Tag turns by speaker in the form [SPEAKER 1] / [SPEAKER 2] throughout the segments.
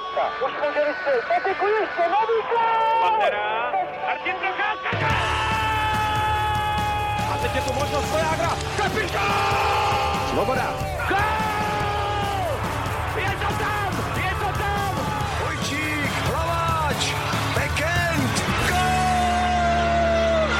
[SPEAKER 1] Už může vystřelit, Patiku ještě, nový gól!
[SPEAKER 2] Pantera, Martin Procházka! A teď je tu možnost Vojágra, kapitán!
[SPEAKER 3] Svoboda!
[SPEAKER 2] Gól! Je to tam! Je to tam!
[SPEAKER 3] Vojčík, Hlaváč, Bekend, gól!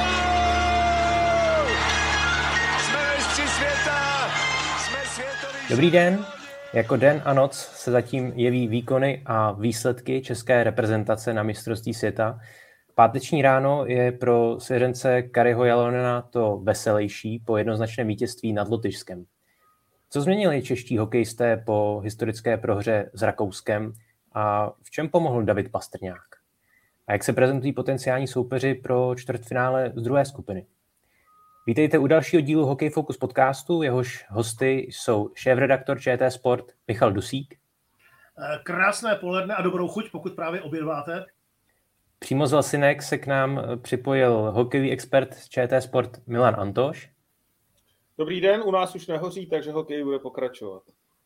[SPEAKER 3] Gól! Jsme mistři světa! Jsme světoví...
[SPEAKER 4] Dobrý den. Jako den a noc se zatím jeví výkony a výsledky české reprezentace na mistrovství světa. Páteční ráno je pro svěřence Kariho Jalonena to veselější po jednoznačném vítězství nad Lotyšskem. Co změnili čeští hokejisté po historické prohře s Rakouskem a v čem pomohl David Pastrňák? A jak se prezentují potenciální soupeři pro čtvrtfinále z druhé skupiny? Vítejte u dalšího dílu Hokej Focus podcastu, jehož hosty jsou šéfredaktor ČT Sport Michal Dusík.
[SPEAKER 5] Krásné poledne a dobrou chuť, pokud právě obědváte.
[SPEAKER 4] Přímo z Lasinek se k nám připojil hokejový expert z ČT Sport Milan Antoš.
[SPEAKER 6] Dobrý den, u nás už nehoří, takže hokej bude pokračovat.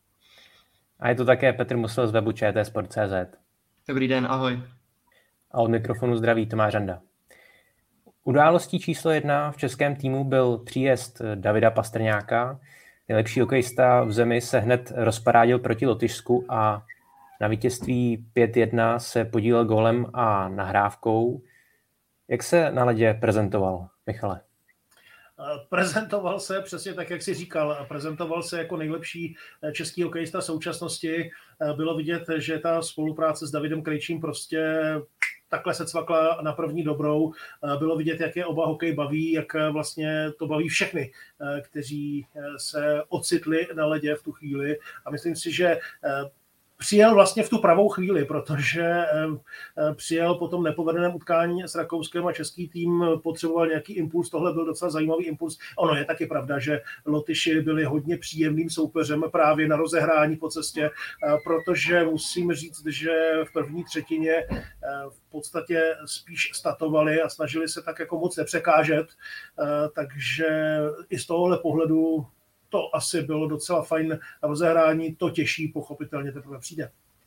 [SPEAKER 4] A je to také Petr Musil z webu čtsport.cz.
[SPEAKER 7] Dobrý den, ahoj.
[SPEAKER 4] A od mikrofonu zdraví Tomáš Randa. Událostí číslo 1 v českém týmu byl příjezd Davida Pastrňáka. Nejlepší hokejista v zemi se hned rozparádil proti Lotyšsku a na vítězství 5-1 se podílel gólem a nahrávkou. Jak se na ledě prezentoval, Michale?
[SPEAKER 5] Prezentoval se přesně tak, jak jsi říkal. Prezentoval se jako nejlepší český hokejista současnosti. Bylo vidět, že ta spolupráce s Davidem Krejčím prostě takhle se cvakla na první dobrou. Bylo vidět, jak je oba hokej baví, jak vlastně to baví všechny, kteří se ocitli na ledě v tu chvíli. A myslím si, že přijel vlastně v tu pravou chvíli, protože přijel po tom nepovedeném utkání s Rakouskem a český tým potřeboval nějaký impuls. Tohle byl docela zajímavý impuls. Ono je taky pravda, že Lotyši byli hodně příjemným soupeřem právě na rozehrání po cestě, protože musím říct, že v první třetině v podstatě spíš statovali a snažili se tak jako moc nepřekážet, takže i z tohohle pohledu to asi bylo docela fajn rozehrání, to těžší pochopitelně teprve přijde.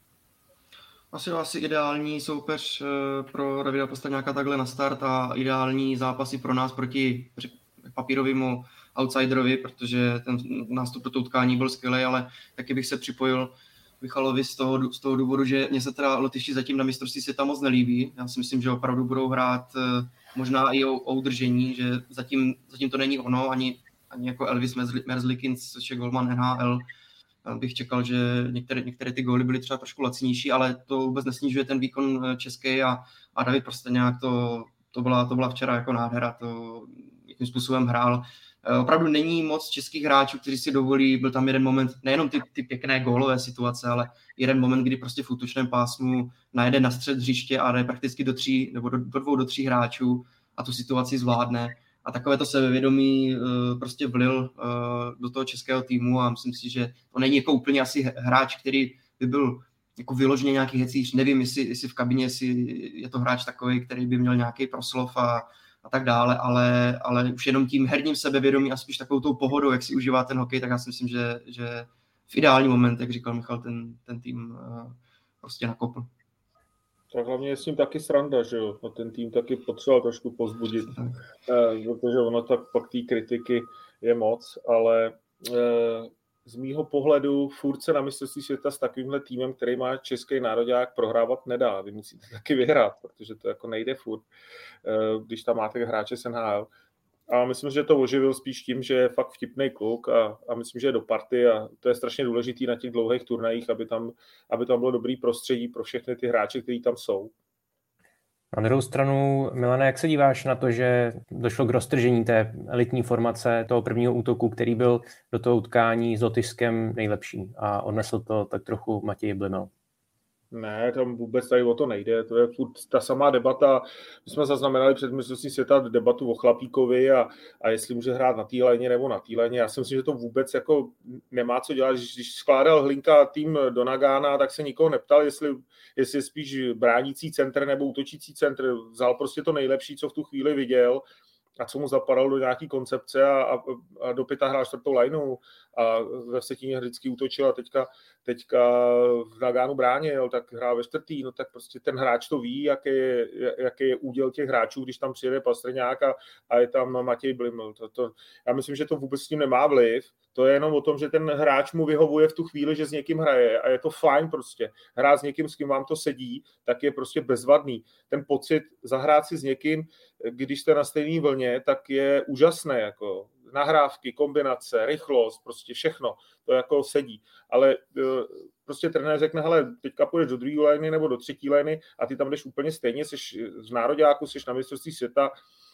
[SPEAKER 7] Asi ideální soupeř pro Davida Pastrňáka takhle na start a ideální zápasy pro nás proti papírovému outsiderovi, protože ten nástup do toho utkání byl skvělý, ale taky bych se připojil Michalovi z toho důvodu, že mě se teda Lotyši zatím na mistrovství světa moc nelíbí. Já si myslím, že opravdu budou hrát možná i o udržení, že zatím to není ono, ani jako Elvis Merzlikins, což je golman NHL, bych čekal, že některé ty góly byly třeba trošku lacinější, ale to vůbec nesnižuje ten výkon český a David Pastrňák to byla včera jako nádhera, to jakým způsobem hrál. Opravdu není moc českých hráčů, kteří si dovolí, byl tam jeden moment, nejenom ty pěkné gólové situace, ale jeden moment, kdy prostě v útočném pásmu najede na střed hřiště a jde prakticky do 2 do 3 hráčů a tu situaci zvládne. A takové to sebevědomí prostě vlil do toho českého týmu a myslím si, že to není jako úplně asi hráč, který by byl jako vyloženě nějaký hecíř. Nevím, jestli v kabině je to hráč takový, který by měl nějaký proslov a tak dále, ale už jenom tím herním sebevědomí a spíš takovou tou pohodou, jak si užívá ten hokej, tak já si myslím, že v ideální moment, jak říkal Michal, ten tým prostě nakopl.
[SPEAKER 6] Tak hlavně je s ním taky sranda, že jo, a ten tým taky potřeboval trošku povzbudit, protože ono tak pak té kritiky je moc, ale z mýho pohledu furt se na mistrovství světa s takovýmhle týmem, který má český nároďák, prohrávat nedá. Vy musíte taky vyhrát, protože to jako nejde furt, když tam máte hráče z NHL. A myslím, že to oživil spíš tím, že je fakt vtipný kluk a myslím, že je do party a to je strašně důležitý na těch dlouhých turnajích, aby tam bylo dobrý prostředí pro všechny ty hráče, kteří tam jsou.
[SPEAKER 4] Na druhou stranu, Milane, jak se díváš na to, že došlo k roztržení té elitní formace toho prvního útoku, který byl do toho utkání s Lotyšskem nejlepší a odnesl to tak trochu Matěj Blimel?
[SPEAKER 6] Ne, tam vůbec tady o to nejde, to je furt ta samá debata. My jsme zaznamenali před mistrovstvím světa debatu o Chlapíkovi a jestli může hrát na té léně nebo na té léně. Já si myslím, že to vůbec jako nemá co dělat. Když skládal Hlinka tým do Nagána, tak se nikoho neptal, jestli je spíš bránící centr nebo útočící centr. Vzal prostě to nejlepší, co v tu chvíli viděl a co mu zapadalo do nějaký koncepce a do pěta hrál čtvrtou lineu a ve Vsetíně vždycky útočil a teďka v Nagánu bránil, tak hrál ve čtvrtý, no tak prostě ten hráč to ví, jaký je úděl těch hráčů, když tam přijede Pastrňák a je tam Matěj Bliml. Já myslím, že to vůbec s tím nemá vliv, to je jenom o tom, že ten hráč mu vyhovuje v tu chvíli, že s někým hraje a je to fajn prostě. Hrát s někým, s kým vám to sedí, tak je prostě bezvadný. Ten pocit zahrát si s někým, když jste na stejné vlně, tak je úžasné, jako nahrávky, kombinace, rychlost, prostě všechno, to jako sedí. Ale prostě trenér řekne, hele, teďka půjdeš do druhé liny nebo do třetí liny a ty tam jdeš úplně stejně, jsi v nároďáku, jsi na mistrovství světa,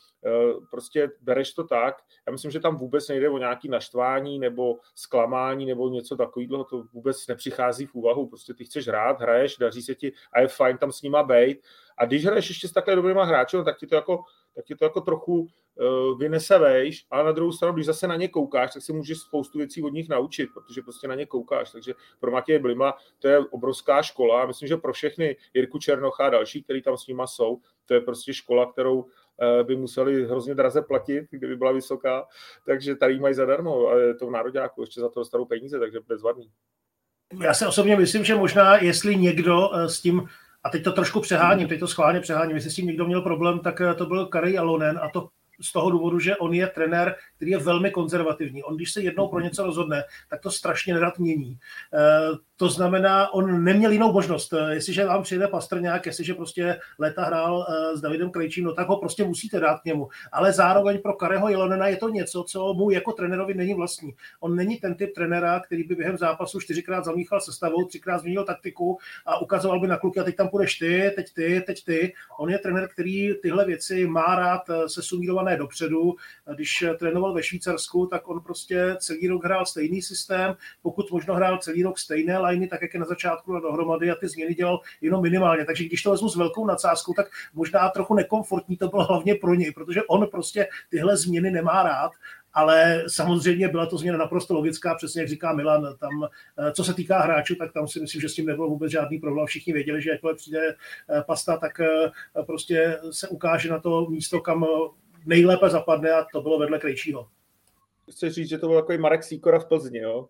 [SPEAKER 6] prostě bereš to tak. Já myslím, že tam vůbec nejde o nějaké naštvání nebo zklamání nebo něco takového, to vůbec nepřichází v úvahu. Prostě ty chceš hrát, hraješ, daří se ti a je fajn tam s nima bejt. A když hraješ ještě s takhle dobrýma hráči, tak ti to jako trochu vynese vejš, ale na druhou stranu, když zase na ně koukáš, tak si můžeš spoustu věcí od nich naučit, protože prostě na ně koukáš. Takže pro Matěje Blima to je obrovská škola. Myslím, že pro všechny Jirku Černocha a další, kteří tam s nima jsou, to je prostě škola, kterou by museli hrozně draze platit, kdyby byla vysoká, takže tady mají zadarmo a je to v nároďáku, ještě za to dostanou peníze, takže bezvadný.
[SPEAKER 5] Já si osobně myslím, že možná, jestli někdo s tím, a teď to trošku přeháním, teď to schválně přeháním, jestli s tím někdo měl problém, tak to byl Kari Jalonen a to z toho důvodu, že on je trenér, který je velmi konzervativní. On, když se jednou pro něco rozhodne, tak to strašně nerad mění. To znamená, on neměl jinou možnost. Jestliže vám přijde Pastrňák, jestliže prostě léta hrál s Davidem Krejčím, no tak ho prostě musíte dát k němu. Ale zároveň pro Kariho Jalonena je to něco, co mu jako trenérovi není vlastní. On není ten typ trenéra, který by během zápasu 4krát zamíchal sestavou, 3krát změnil taktiku a ukazoval by na kluky, a teď tam půjdeš ty, teď ty. On je trenér, který tyhle věci má rád sesumírované dopředu. Když trénoval ve Švýcarsku, tak on prostě celý rok hrál stejný systém, pokud možno hrál celý rok stejné liny, tak jak je na začátku dohromady a ty změny dělal jenom minimálně. Takže když to vezmu s velkou nadsázkou, tak možná trochu nekomfortní to bylo hlavně pro něj, protože on prostě tyhle změny nemá rád. Ale samozřejmě byla to změna naprosto logická, přesně jak říká Milan. Tam, co se týká hráčů, tak tam si myslím, že s tím nebyl vůbec žádný problém. Všichni věděli, že jakmile přijde Pasta, tak prostě se ukáže na to místo, kam nejlépe zapadne a to bylo vedle Krejčího.
[SPEAKER 6] Chci říct, že to byl takový Marek Sýkora v Plzni, jo?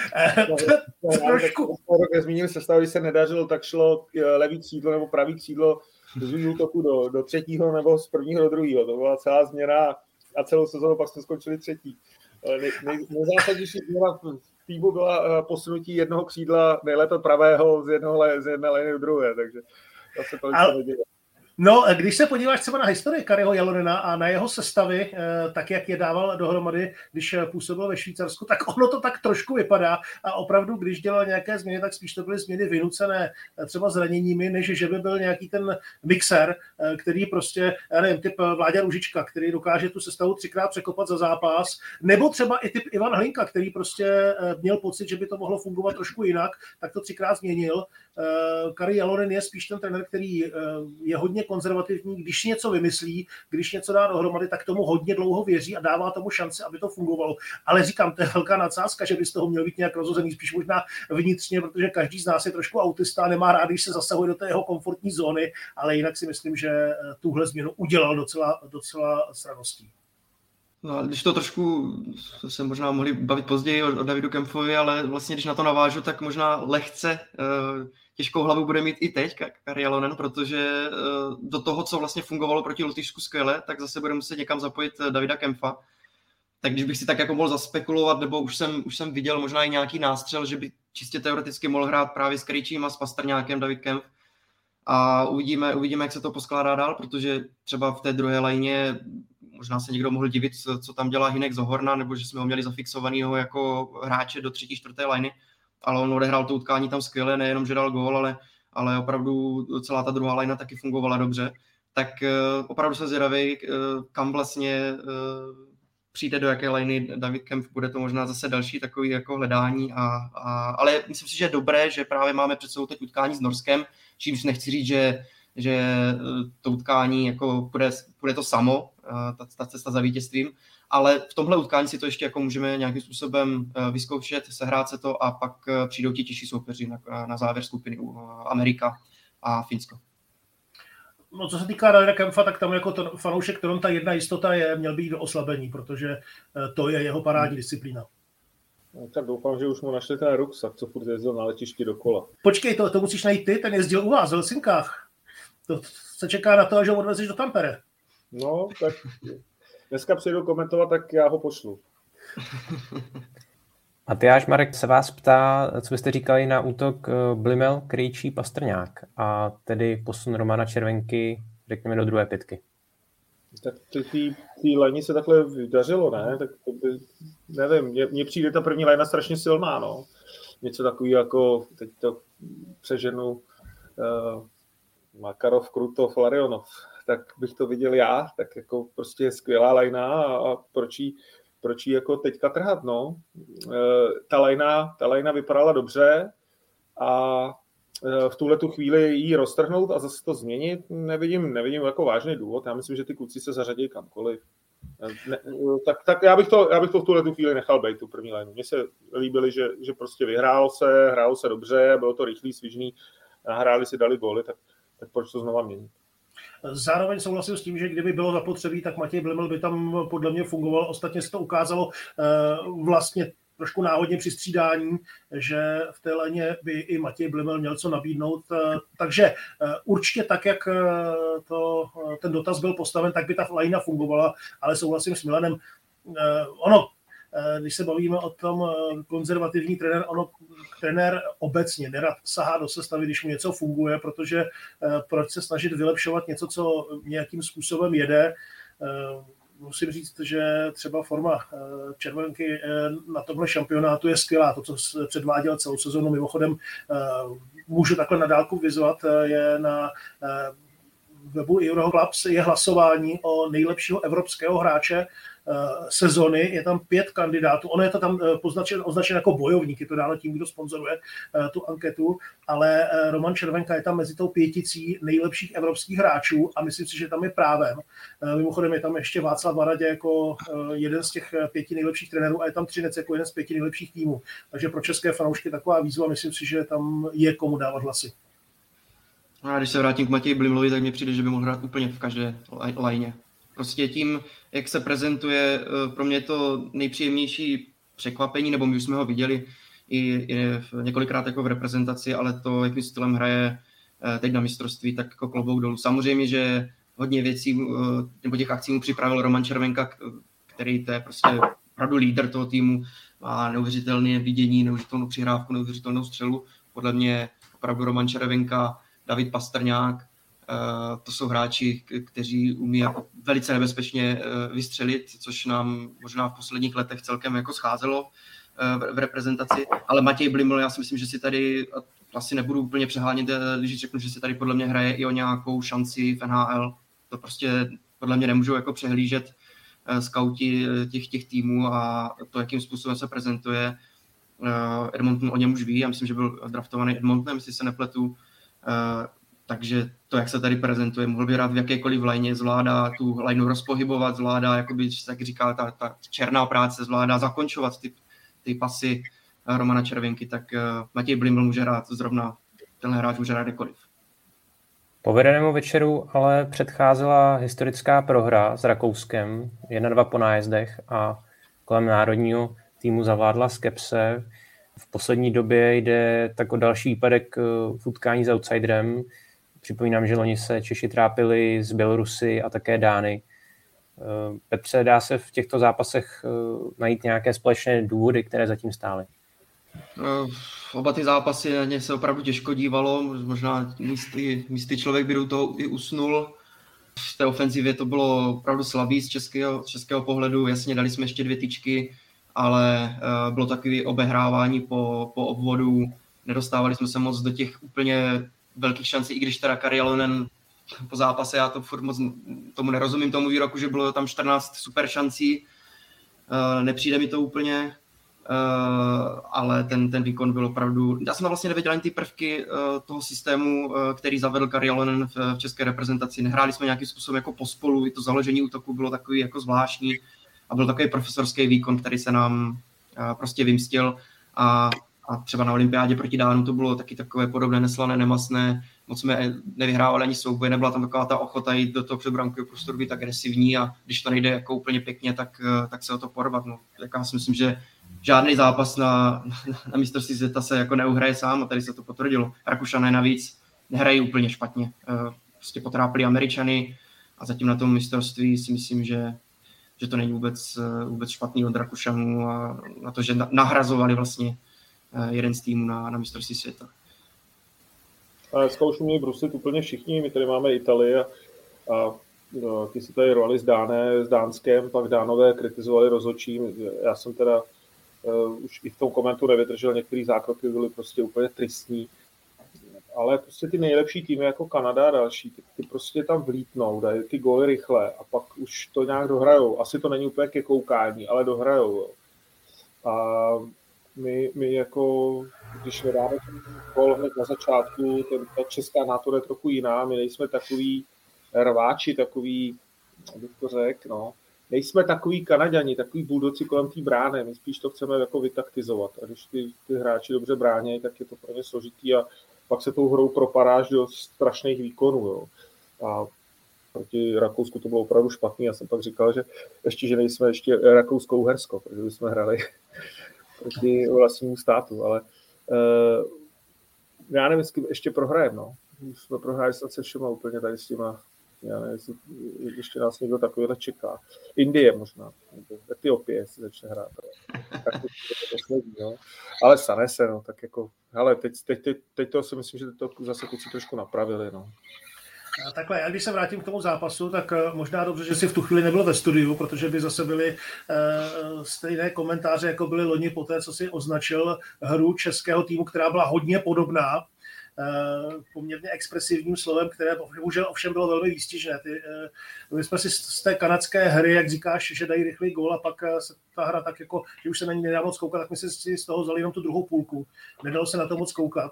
[SPEAKER 5] Trošku.
[SPEAKER 6] Zmínil sestavu, když se nedařilo, tak šlo levý křídlo nebo pravý křídlo z útoku do třetího nebo z prvního do druhého. To byla celá změna a celou sezonu pak jsme skončili třetí. Nejzásadnější změna v týmu byla posunutí jednoho křídla, nejlépe pravého z jedné liny do druhé, takže to se tolik neděje.
[SPEAKER 5] No, když se podíváš třeba na historii Kariho Jalonena a na jeho sestavy, tak jak je dával dohromady, když působil ve Švýcarsku, tak ono to tak trošku vypadá a opravdu, když dělal nějaké změny, tak spíš to byly změny vynucené třeba zraněními, než že by byl nějaký ten mixer, který prostě, já nevím, typ Vláďa Růžička, který dokáže tu sestavu 3krát překopat za zápas, nebo třeba i typ Ivan Hlinka, který prostě měl pocit, že by to mohlo fungovat trošku jinak, tak to 3krát změnil. Kari Jalonen je spíš ten trenér, který je hodně konzervativní, když něco vymyslí, když něco dá dohromady, tak tomu hodně dlouho věří a dává tomu šanci, aby to fungovalo. Ale říkám, to je velká nadsázka, že by z toho měl být nějak rozhozený, spíš možná vnitřně, protože každý z nás je trošku autista, nemá rád, když se zasahuje do té jeho komfortní zóny, ale jinak si myslím, že tuhle změnu udělal docela s radostí.
[SPEAKER 7] No, když to trošku se možná mohli bavit později o Davidu Kempfovi, ale vlastně když na to navážu, tak možná lehce těžkou hlavu bude mít i teď Kari Jalonen, protože do toho, co vlastně fungovalo proti Lotyšsku skvěle, tak zase bude muset někam zapojit Davida Kempfa. Tak když bych si tak jako mohl zaspekulovat, nebo už jsem viděl možná i nějaký nástřel, že by čistě teoreticky mohl hrát právě s Krejčím a s Pastrňákem David Kempf. A uvidíme, jak se to poskládá dál, protože třeba v té druhé lajně možná se někdo mohl divit, co tam dělá Hynek Zohorna, nebo že jsme ho měli zafixovanýho jako hráče do 3. 4. lajny, ale on odehrál to utkání tam skvěle, nejenom, že dal gól, ale opravdu celá ta druhá lajna taky fungovala dobře. Tak opravdu se zvědavej, kam vlastně přijde do jaké lajny David Kempf, bude to možná zase další takový jako hledání, ale myslím si, že je dobré, že právě máme před sebou teď utkání s Norskem, čímž nechci říct, že to utkání jako půjde to samo, ta cesta za vítězstvím, ale v tomhle utkání si to ještě jako můžeme nějakým způsobem vyzkoušet, sehrát se to a pak přijdou ti těžší soupeři na závěr skupiny Amerika a Finsko.
[SPEAKER 5] No, co se týká Radera Kempfa, tak tam jako fanoušek Toronto jedna jistota je, měl být do oslabení, protože to je jeho parádní disciplína.
[SPEAKER 6] No, tak doufám, že už mu našli ten ruksak, co furt jezdil na letišti dokola.
[SPEAKER 5] Počkej, to musíš najít ty, ten jezdil u vás v Helsinkách. To se čeká na to, že ho odvezeš do Tampere.
[SPEAKER 6] No, tak dneska přijdu komentovat, tak já ho pošlu.
[SPEAKER 4] Matyáš Marek se vás ptá, co byste říkali na útok Blimel, Krejčí, Pastrňák a tedy posun Romana Červenky, řekněme, do druhé pětky.
[SPEAKER 6] Tak ty lajni se takhle vydařilo, ne? Tak to by, nevím, mně přijde ta první lajna strašně silná, no. Něco takový jako, teď to přeženu, Makarov, Krutov, Larionov, tak bych to viděl já, tak jako prostě skvělá lajna a proč jí jako teďka trhat, no. Ta lajna vypadala dobře a v tuhletu chvíli jí roztrhnout a zase to změnit, nevidím jako vážný důvod. Já myslím, že ty kluci se zařadí kamkoliv. Tak já bych to v tuhletu chvíli nechal být, tu první lajnu. Mně se líbili, že prostě hrálo se dobře, bylo to rychlý, svižný, nahráli si, dali góly, tak proč to znova měnit?
[SPEAKER 5] Zároveň souhlasím s tím, že kdyby bylo zapotřebí, tak Matěj Blimel by tam podle mě fungoval. Ostatně se to ukázalo vlastně trošku náhodně při střídání, že v té léně by i Matěj Blimel měl co nabídnout. Takže určitě tak, jak ten dotaz byl postaven, tak by ta lajna fungovala, ale souhlasím s Milanem. Když se bavíme o tom konzervativní trenér obecně nerad sahá do sestavy, když mu něco funguje, protože proč se snažit vylepšovat něco, co nějakým způsobem jede. Musím říct, že třeba forma Červenky na tomhle šampionátu je skvělá. To, co předváděl celou sezonu, mimochodem můžu takhle na dálku vyzvat, je na webu Euroclubs je hlasování o nejlepšího evropského hráče sezony, je tam 5 kandidátů, ono je to tam označeno jako bojovník, je to dáno tím, kdo sponzoruje tu anketu, ale Roman Červenka je tam mezi tou 5 nejlepších evropských hráčů a myslím si, že tam je právem. Mimochodem je tam ještě Václav Varadě jako jeden z těch 5 nejlepších trenérů a je tam Třinec jako jeden z 5 nejlepších týmů. Takže pro české fanoušky taková výzva, myslím si, že tam je komu dávat hlasy.
[SPEAKER 7] A když se vrátím k Matěji Blimlovi, tak mi přijde, že by mohl hrát úplně v každé lajně. Prostě tím, jak se prezentuje, pro mě je to nejpříjemnější překvapení, nebo my už jsme ho viděli i několikrát jako v reprezentaci, ale to, jakým stylem hraje teď na mistrovství, tak jako klobouk dolů. Samozřejmě, že hodně věcí, nebo těch akcí mu připravil Roman Červenka, který to je prostě opravdu lídr toho týmu, má neuvěřitelné vidění, neuvěřitelnou přihrávku, neuvěřitelnou střelu. Podle mě opravdu Roman Červenka, David Pastrňák, to jsou hráči, kteří umí jako velice nebezpečně vystřelit, což nám možná v posledních letech celkem jako scházelo v reprezentaci. Ale Matěj Bliml, já si myslím, že si tady, asi nebudu úplně přehánět, když řeknu, že si tady podle mě hraje i o nějakou šanci v NHL. To prostě podle mě nemůžou jako přehlížet skauti těch týmů a to, jakým způsobem se prezentuje. Edmonton o něm už ví, já myslím, že byl draftovaný Edmontonem, jestli se nepletu. Takže to, jak se tady prezentuje, mohl by hrát v jakékoliv lajně, zvládá tu lajnu rozpohybovat, zvládá, jakoby, jak říká, ta černá práce, zvládá zakončovat ty pasy Romana Červenky, tak Matěj Bliml může hrát zrovna, tenhle hráč může hrát kdekoliv.
[SPEAKER 4] Povedenému večeru ale předcházela historická prohra s Rakouskem, 1-2 po nájezdech a kolem národního týmu zavládla skepse. V poslední době jde tak o další výpadek v utkání s outsiderem. Připomínám, že loni se Češi trápili s Bělorusy a také Dány. Petře, dá se v těchto zápasech najít nějaké společné důvody, které zatím stály?
[SPEAKER 7] Oba ty zápasy, na ně se opravdu těžko dívalo. Možná místy člověk by do toho i usnul. V té ofenzivě to bylo opravdu slabý z českého pohledu. Jasně, dali jsme ještě 2 tyčky, ale bylo takové obehrávání po obvodu. Nedostávali jsme se moc do těch úplně velkých šancí, i když teda Kari Jalonen po zápase, já to furt moc tomu nerozumím, tomu výroku, že bylo tam 14 super šancí. Nepřijde mi to úplně, ale ten výkon byl opravdu... Já jsem vlastně nevěděl ani ty prvky toho systému, který zavedl Kari Jalonen v české reprezentaci. Nehráli jsme nějakým způsobem jako pospolu, i to založení útoku bylo takový jako zvláštní a byl takový profesorský výkon, který se nám prostě vymstil a třeba na olympiádě proti Dánu to bylo taky takové podobné neslané, nemastné. moc jsme nevyhrávali ani souboje, nebyla tam taková ta ochota jít do toho předbrankového prostoru, být agresivní a když to nejde jako úplně pěkně, tak se o to porvat. No. Tak já si myslím, že žádný zápas na mistrovství světa se jako neuhraje sám a tady se to potvrdilo. Rakušané navíc nehrají úplně špatně. Prostě potrápili Američany a zatím na tom mistrovství si myslím, že to není vůbec špatný od Rakušanů a na to, že nahrazovali vlastně jeden z týmů na mistrovství světa.
[SPEAKER 6] A dneska už měli bruslit úplně všichni, my tady máme Italii a ty si tady rovali s Dánskem, pak Dánové kritizovali rozhodčím. Já jsem teda už i v tom komentu nevydržel, některé zákroky byly prostě úplně tristní. Ale prostě ty nejlepší týmy jako Kanada a další, ty prostě tam vlítnou, dají ty góly rychle a pak už to nějak dohrajou. Asi to není úplně ke koukání, ale dohrajou. Jo. A my jako, když nedáme ten gól hned na začátku, ta česká nátura je trochu jiná, my nejsme takový rváči, takový, abych to řekl, no. Nejsme takový Kanaďani, takový buldoci kolem té brány, my spíš to chceme jako vytaktizovat. A když ty hráči dobře brání, tak je to pro ně složitý a pak se tou hrou propadáš do strašných výkonů. Jo. A proti Rakousku to bylo opravdu špatný. Já jsem pak říkal, že nejsme ještě Rakousko-Uhersko, protože jsme hrali proti vlastnímu státu. Ale já nevím, s kým ještě prohrajeme. No. Už jsme prohráli se všema úplně tady s těma. Já nevím, jestli ještě nás někdo takovýhle čeká. Indie možná, nebo Etiopie si začne hrát. Tak to poslední, no. Ale stane se, no, tak jako, hele, teď to si myslím, že to zase kluci trošku napravili, no.
[SPEAKER 5] Takhle, já když se vrátím k tomu zápasu, tak možná dobře, že si v tu chvíli nebyl ve studiu, protože by zase byly stejné komentáře, jako byly loni po té, co si označil hru českého týmu, která byla hodně podobná, poměrně expresivním slovem, které bohužel ovšem bylo velmi výstižné. My jsme si z té kanadské hry, jak říkáš, že dají rychlý gól a pak se ta hra tak jako, že už se na ní nedá moc koukat, tak my si z toho vzali jenom tu druhou půlku. Nedalo se na to moc koukat.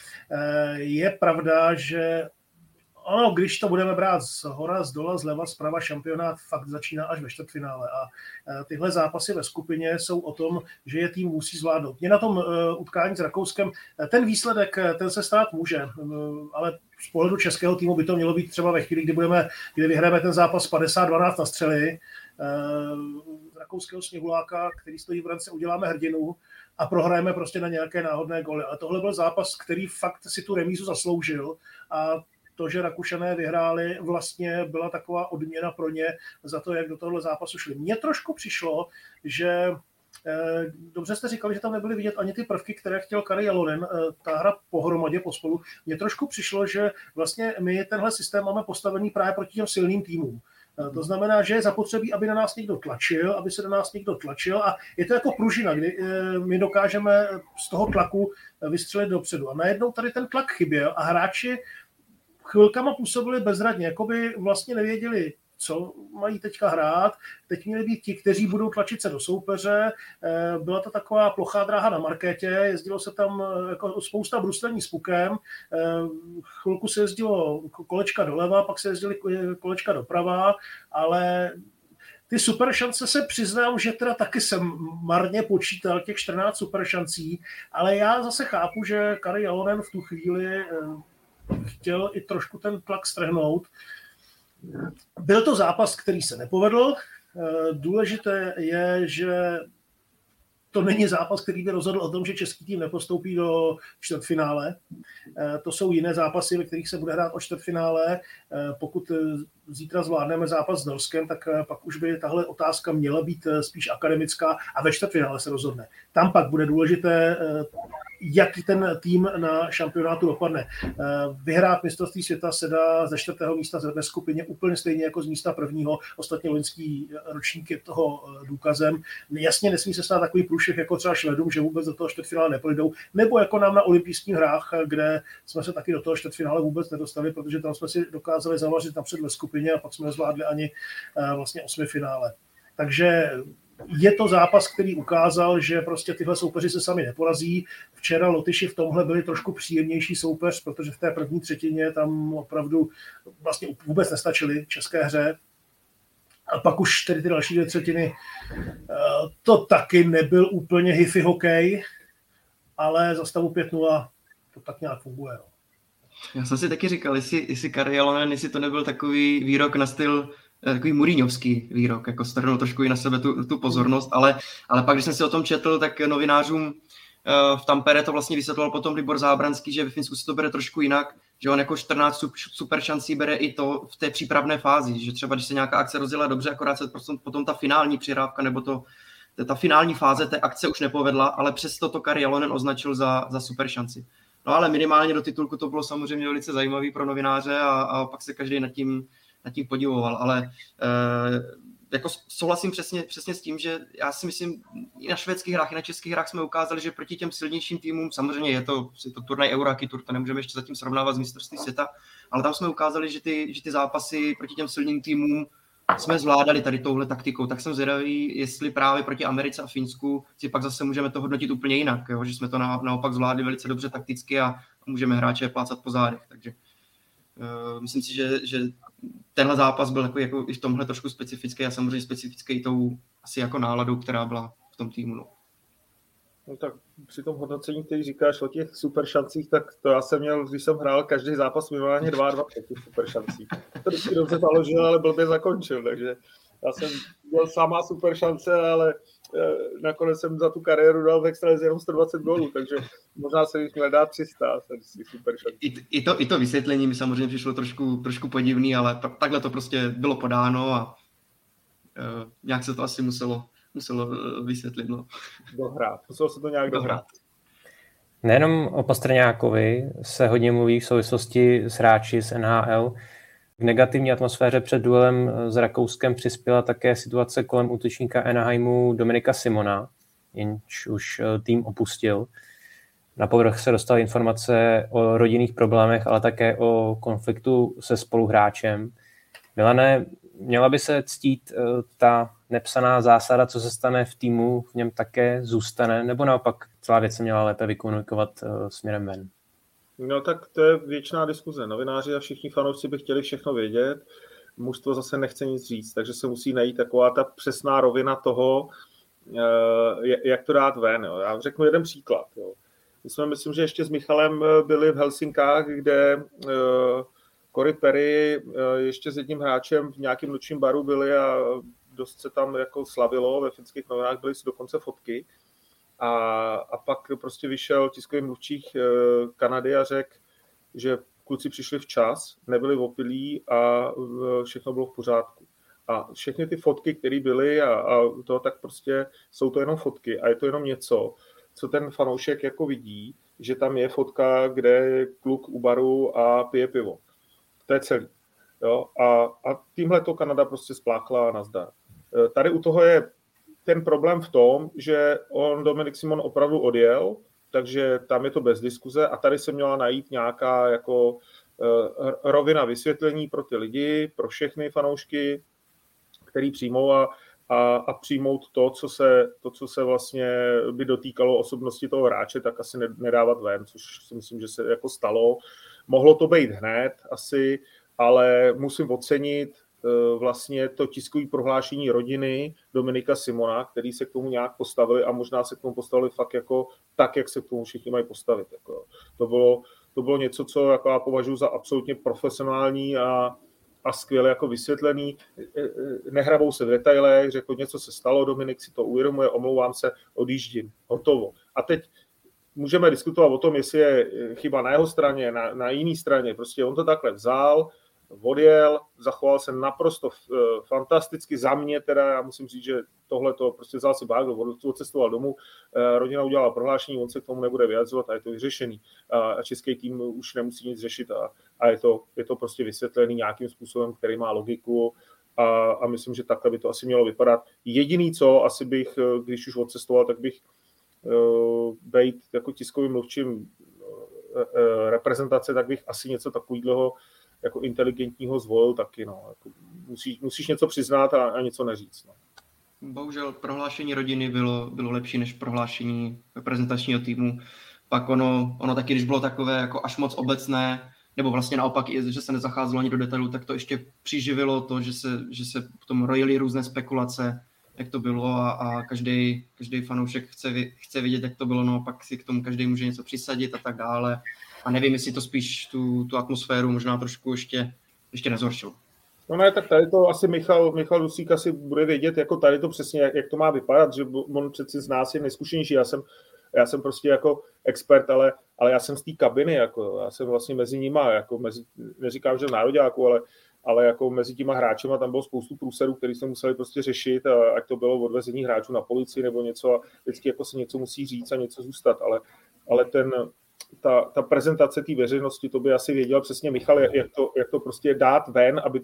[SPEAKER 5] Je pravda, že ono, když to budeme brát z hora, z dola, zleva, zprava, šampionát fakt začíná až ve čtvrtfinále a tyhle zápasy ve skupině jsou o tom, že je tým musí zvládnout. Mě na tom utkání s Rakouskem ten výsledek, ten se stát může, ale z pohledu českého týmu by to mělo být třeba ve chvíli, kdy vyhrajeme ten zápas 50-12 na střely, rakouského sněhuláka, který stojí v brance, uděláme hrdinu a prohrajeme prostě na nějaké náhodné góly. Ale tohle byl zápas, který fakt si tu remízu zasloužil a to, že Rakušané vyhráli, vlastně byla taková odměna pro ně za to, jak do tohohle zápasu šli. Mně trošku přišlo, že dobře jste říkali, že tam nebyly vidět ani ty prvky, které chtěl Kari Jalonen, ta hra pohromadě pospolu. Mně trošku přišlo, že vlastně my tenhle systém máme postavený právě proti těm silným týmům. To znamená, že je zapotřebí, aby na nás někdo tlačil, aby se do nás někdo tlačil a je to jako pružina, kdy my dokážeme z toho tlaku vystřelit dopředu. A najednou tady ten tlak chyběl a hráči chvilkama působili bezradně, jako by vlastně nevěděli, co mají teďka hrát. Teď měli být ti, kteří budou tlačit se do soupeře. Byla to taková plochá dráha na markétě, jezdilo se tam jako spousta bruslení s pukem. Chvilku se jezdilo kolečka doleva, pak se jezdili kolečka doprava, ale ty super šance se přiznám, že teda taky jsem marně počítal těch 14 super šancí, ale já zase chápu, že Kari Jalonen v tu chvíli chtěl i trošku ten tlak strhnout. Byl to zápas, který se nepovedl. Důležité je, že to není zápas, který by rozhodl o tom, že český tým nepostoupí do čtvrtfinále. To jsou jiné zápasy, ve kterých se bude hrát o čtvrtfinále. Pokud zítra zvládneme zápas s Norskem, tak pak už by tahle otázka měla být spíš akademická a ve čtvrtfinále se rozhodne. Tam pak bude důležité, jaký ten tým na šampionátu dopadne. Vyhrát mistrovství světa se dá ze 4. místa ve skupině úplně stejně jako z místa 1. Ostatně loňský ročník je toho důkazem. Jasně nesmí se stát takový průšvih jako třeba Švedům, že vůbec do toho čtvrtfinále nepojdou, nebo jako nám na olympijských hrách, kde jsme se taky do toho čtvrtfinále vůbec nedostali, protože tam jsme si dokázali zavařit napřed ve skupině a pak jsme nezvládli ani vlastně 8. finále. Takže je to zápas, který ukázal, že prostě tyhle soupeři se sami neporazí. Včera Lotyši v tomhle byli trošku příjemnější soupeř, protože v té první třetině tam opravdu vlastně vůbec nestačili české hře. A pak už tedy ty další 2 třetiny, to taky nebyl úplně hifi hokej, ale za stavu 5-0 to tak nějak funguje. No.
[SPEAKER 7] Já jsem si taky říkal, jestli Kari Jalonen, jestli to nebyl takový výrok na styl, takový Mourinhovský výrok, jako strhnul trošku i na sebe tu pozornost, ale pak, když jsem si o tom četl, tak novinářům v Tampere to vlastně vysvětloval potom Libor Zábranský, že ve Finsku si to bere trošku jinak, že on jako 14 super šancí bere i to v té přípravné fázi, že třeba když se nějaká akce rozjela dobře, akorát se potom ta finální přihrávka nebo ta finální fáze té akce už nepovedla, ale přesto to Kari Jalonen označil za super šanci. No ale minimálně do titulku to bylo samozřejmě velice zajímavý pro novináře a pak se každý nad tím podivoval, ale jako souhlasím přesně s tím, že já si myslím, i na švédských hrách, i na českých hrách jsme ukázali, že proti těm silnějším týmům, samozřejmě je to turnaj Eurohockey Tour, to nemůžeme ještě zatím srovnávat s mistrovství světa, ale tam jsme ukázali, že ty zápasy proti těm silným týmům jsme zvládali tady touhle taktikou, tak jsem zvědavý, jestli právě proti Americe a Finsku si pak zase můžeme to hodnotit úplně jinak, jo? Že jsme to naopak zvládli velice dobře takticky a můžeme hráče plácat po zádech, takže myslím si, že tenhle zápas byl jako i v tomhle trošku specifický a samozřejmě specifický i tou asi jako náladou, která byla v tom týmu.
[SPEAKER 6] No tak při tom hodnocení, který říkáš o těch super šancích, tak to já jsem měl, když jsem hrál každý zápas minimálně 22 těch super šancí. To vždycky dobře založil, ale blbě zakončil, takže já jsem měl samá super šance, ale nakonec jsem za tu kariéru dal v extralize jenom 120 gólů, takže možná se jich měl dát 300 super šancí.
[SPEAKER 7] I to vysvětlení mi samozřejmě přišlo trošku podivný, ale takhle to prostě bylo podáno a nějak se to asi muselo vysvětlit. No.
[SPEAKER 6] Muselo se to nějak dohrát.
[SPEAKER 4] Nejenom o Pastrňákovi se hodně mluví v souvislosti s hráči z NHL. K negativní atmosféře před duelem s Rakouskem přispěla také situace kolem útočníka Anaheimu Dominika Simona, jenž už tým opustil. Na povrch se dostaly informace o rodinných problémech, ale také o konfliktu se spoluhráčem. Milane, měla by se ctít ta nepsaná zásada, co se stane v týmu, v něm také zůstane, nebo naopak celá věc se měla lépe vykomunikovat směrem ven?
[SPEAKER 6] No tak to je věčná diskuze. Novináři a všichni fanoušci by chtěli všechno vědět, mužstvo zase nechce nic říct, takže se musí najít taková ta přesná rovina toho, jak to dát ven. Jo. Já řeknu jeden příklad. Jo. My jsme, myslím, že ještě s Michalem byli v Helsinkách, kde Corey Perry ještě s jedním hráčem v nějakém nočním baru byli a dost se tam jako slavilo, ve finských novinách byly si dokonce fotky. A pak prostě vyšel tiskový mluvčí Kanady a řekl, že kluci přišli včas, nebyli opilí a všechno bylo v pořádku. A všechny ty fotky, které byly a to, tak prostě jsou to jenom fotky a je to jenom něco, co ten fanoušek jako vidí, že tam je fotka, kde je kluk u baru a pije pivo. To je celý. Jo? A tímhle to Kanada prostě spláchla a nazdar. Tady u toho je ten problém v tom, že Dominik Simon opravdu odjel, takže tam je to bez diskuze a tady se měla najít nějaká jako rovina vysvětlení pro ty lidi, pro všechny fanoušky, který přijmou a přijmout to, co se vlastně by dotýkalo osobnosti toho hráče, tak asi nedávat ven, což si myslím, že se jako stalo. Mohlo to být hned asi, ale musím ocenit vlastně to tiskové prohlášení rodiny Dominika Simona, který se k tomu nějak postavili a možná se k tomu postavili fakt jako tak, jak se k tomu všichni mají postavit. Jako. To bylo něco, co jako já považuji za absolutně profesionální a skvěle jako vysvětlený. Nehrabou se v detailech, řekl, něco se stalo, Dominik si to uvědomuje, omlouvám se, odjíždím, hotovo. A teď můžeme diskutovat o tom, jestli je chyba na jeho straně, na jiné straně. Prostě on to takhle vzal, odjel, zachoval se naprosto fantasticky za mě, teda já musím říct, že tohle to prostě vzal si bág, odcestoval domů, rodina udělala prohlášení, on se k tomu nebude vyjadřovat a je to vyřešený. A český tým už nemusí nic řešit a je to prostě vysvětlený nějakým způsobem, který má logiku a myslím, že takhle by to asi mělo vypadat. Jediný co, asi bych, když už odcestoval, tak bych být jako tiskovým mluvčím reprezentace, tak bych asi něco takového jako inteligentního zvolil taky. No. Jako musíš něco přiznat a něco neříct. No.
[SPEAKER 7] Bohužel prohlášení rodiny bylo lepší než prohlášení reprezentačního týmu. Pak ono taky, když bylo takové jako až moc obecné, nebo vlastně naopak, že se nezacházelo ani do detailů, tak to ještě přiživilo to, že se potom rojily různé spekulace, jak to bylo a každý fanoušek chce vidět, jak to bylo, no a pak si k tomu každý může něco přisadit a tak dále. A nevím, jestli to spíš tu atmosféru možná trošku ještě nezhoršilo.
[SPEAKER 6] No ne, tak tady to asi Michal Dusík asi bude vědět, jako tady to přesně, jak to má vypadat, že on přeci z nás je nejzkušenější. Já jsem prostě jako expert, ale já jsem z té kabiny, jako, já jsem vlastně mezi nima, jako neříkám, že nároďáku, ale jako mezi těma hráčema tam bylo spoustu průserů, který jsme museli prostě řešit, a ať to bylo odvezení hráčů na policii nebo něco, a vždycky jako se něco musí říct a něco zůstat, ale ta prezentace té veřejnosti, to by asi věděl přesně Michal, jak to prostě dát ven, aby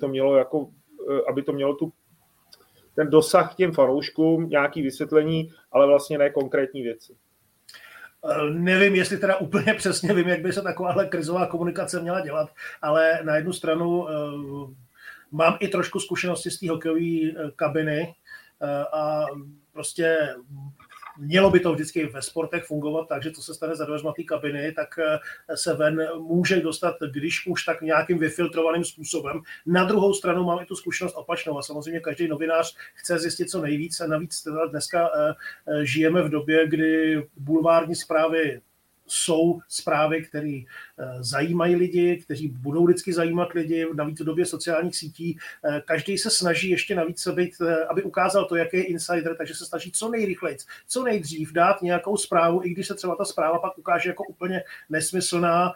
[SPEAKER 6] to mělo ten dosah k těm fanouškům, nějaký vysvětlení, ale vlastně ne konkrétní věci.
[SPEAKER 5] Nevím, jestli teda úplně přesně vím, jak by se takováhle krizová komunikace měla dělat, ale na jednu stranu mám i trošku zkušenosti z té hokejové kabiny a prostě mělo by to vždycky ve sportech fungovat, takže co se stane za dveřma té kabiny, tak se ven může dostat, když už tak nějakým vyfiltrovaným způsobem. Na druhou stranu mám i tu zkušenost opačnou a samozřejmě každý novinář chce zjistit co nejvíc a navíc dneska žijeme v době, kdy bulvární zprávy jsou zprávy, které zajímají lidi, kteří budou vždycky zajímat lidi, navíc v době sociálních sítí. Každý se snaží ještě navíc být, aby ukázal to, jaký je insider, takže se snaží co nejrychleji, co nejdřív dát nějakou zprávu, i když se třeba ta zpráva pak ukáže jako úplně nesmyslná,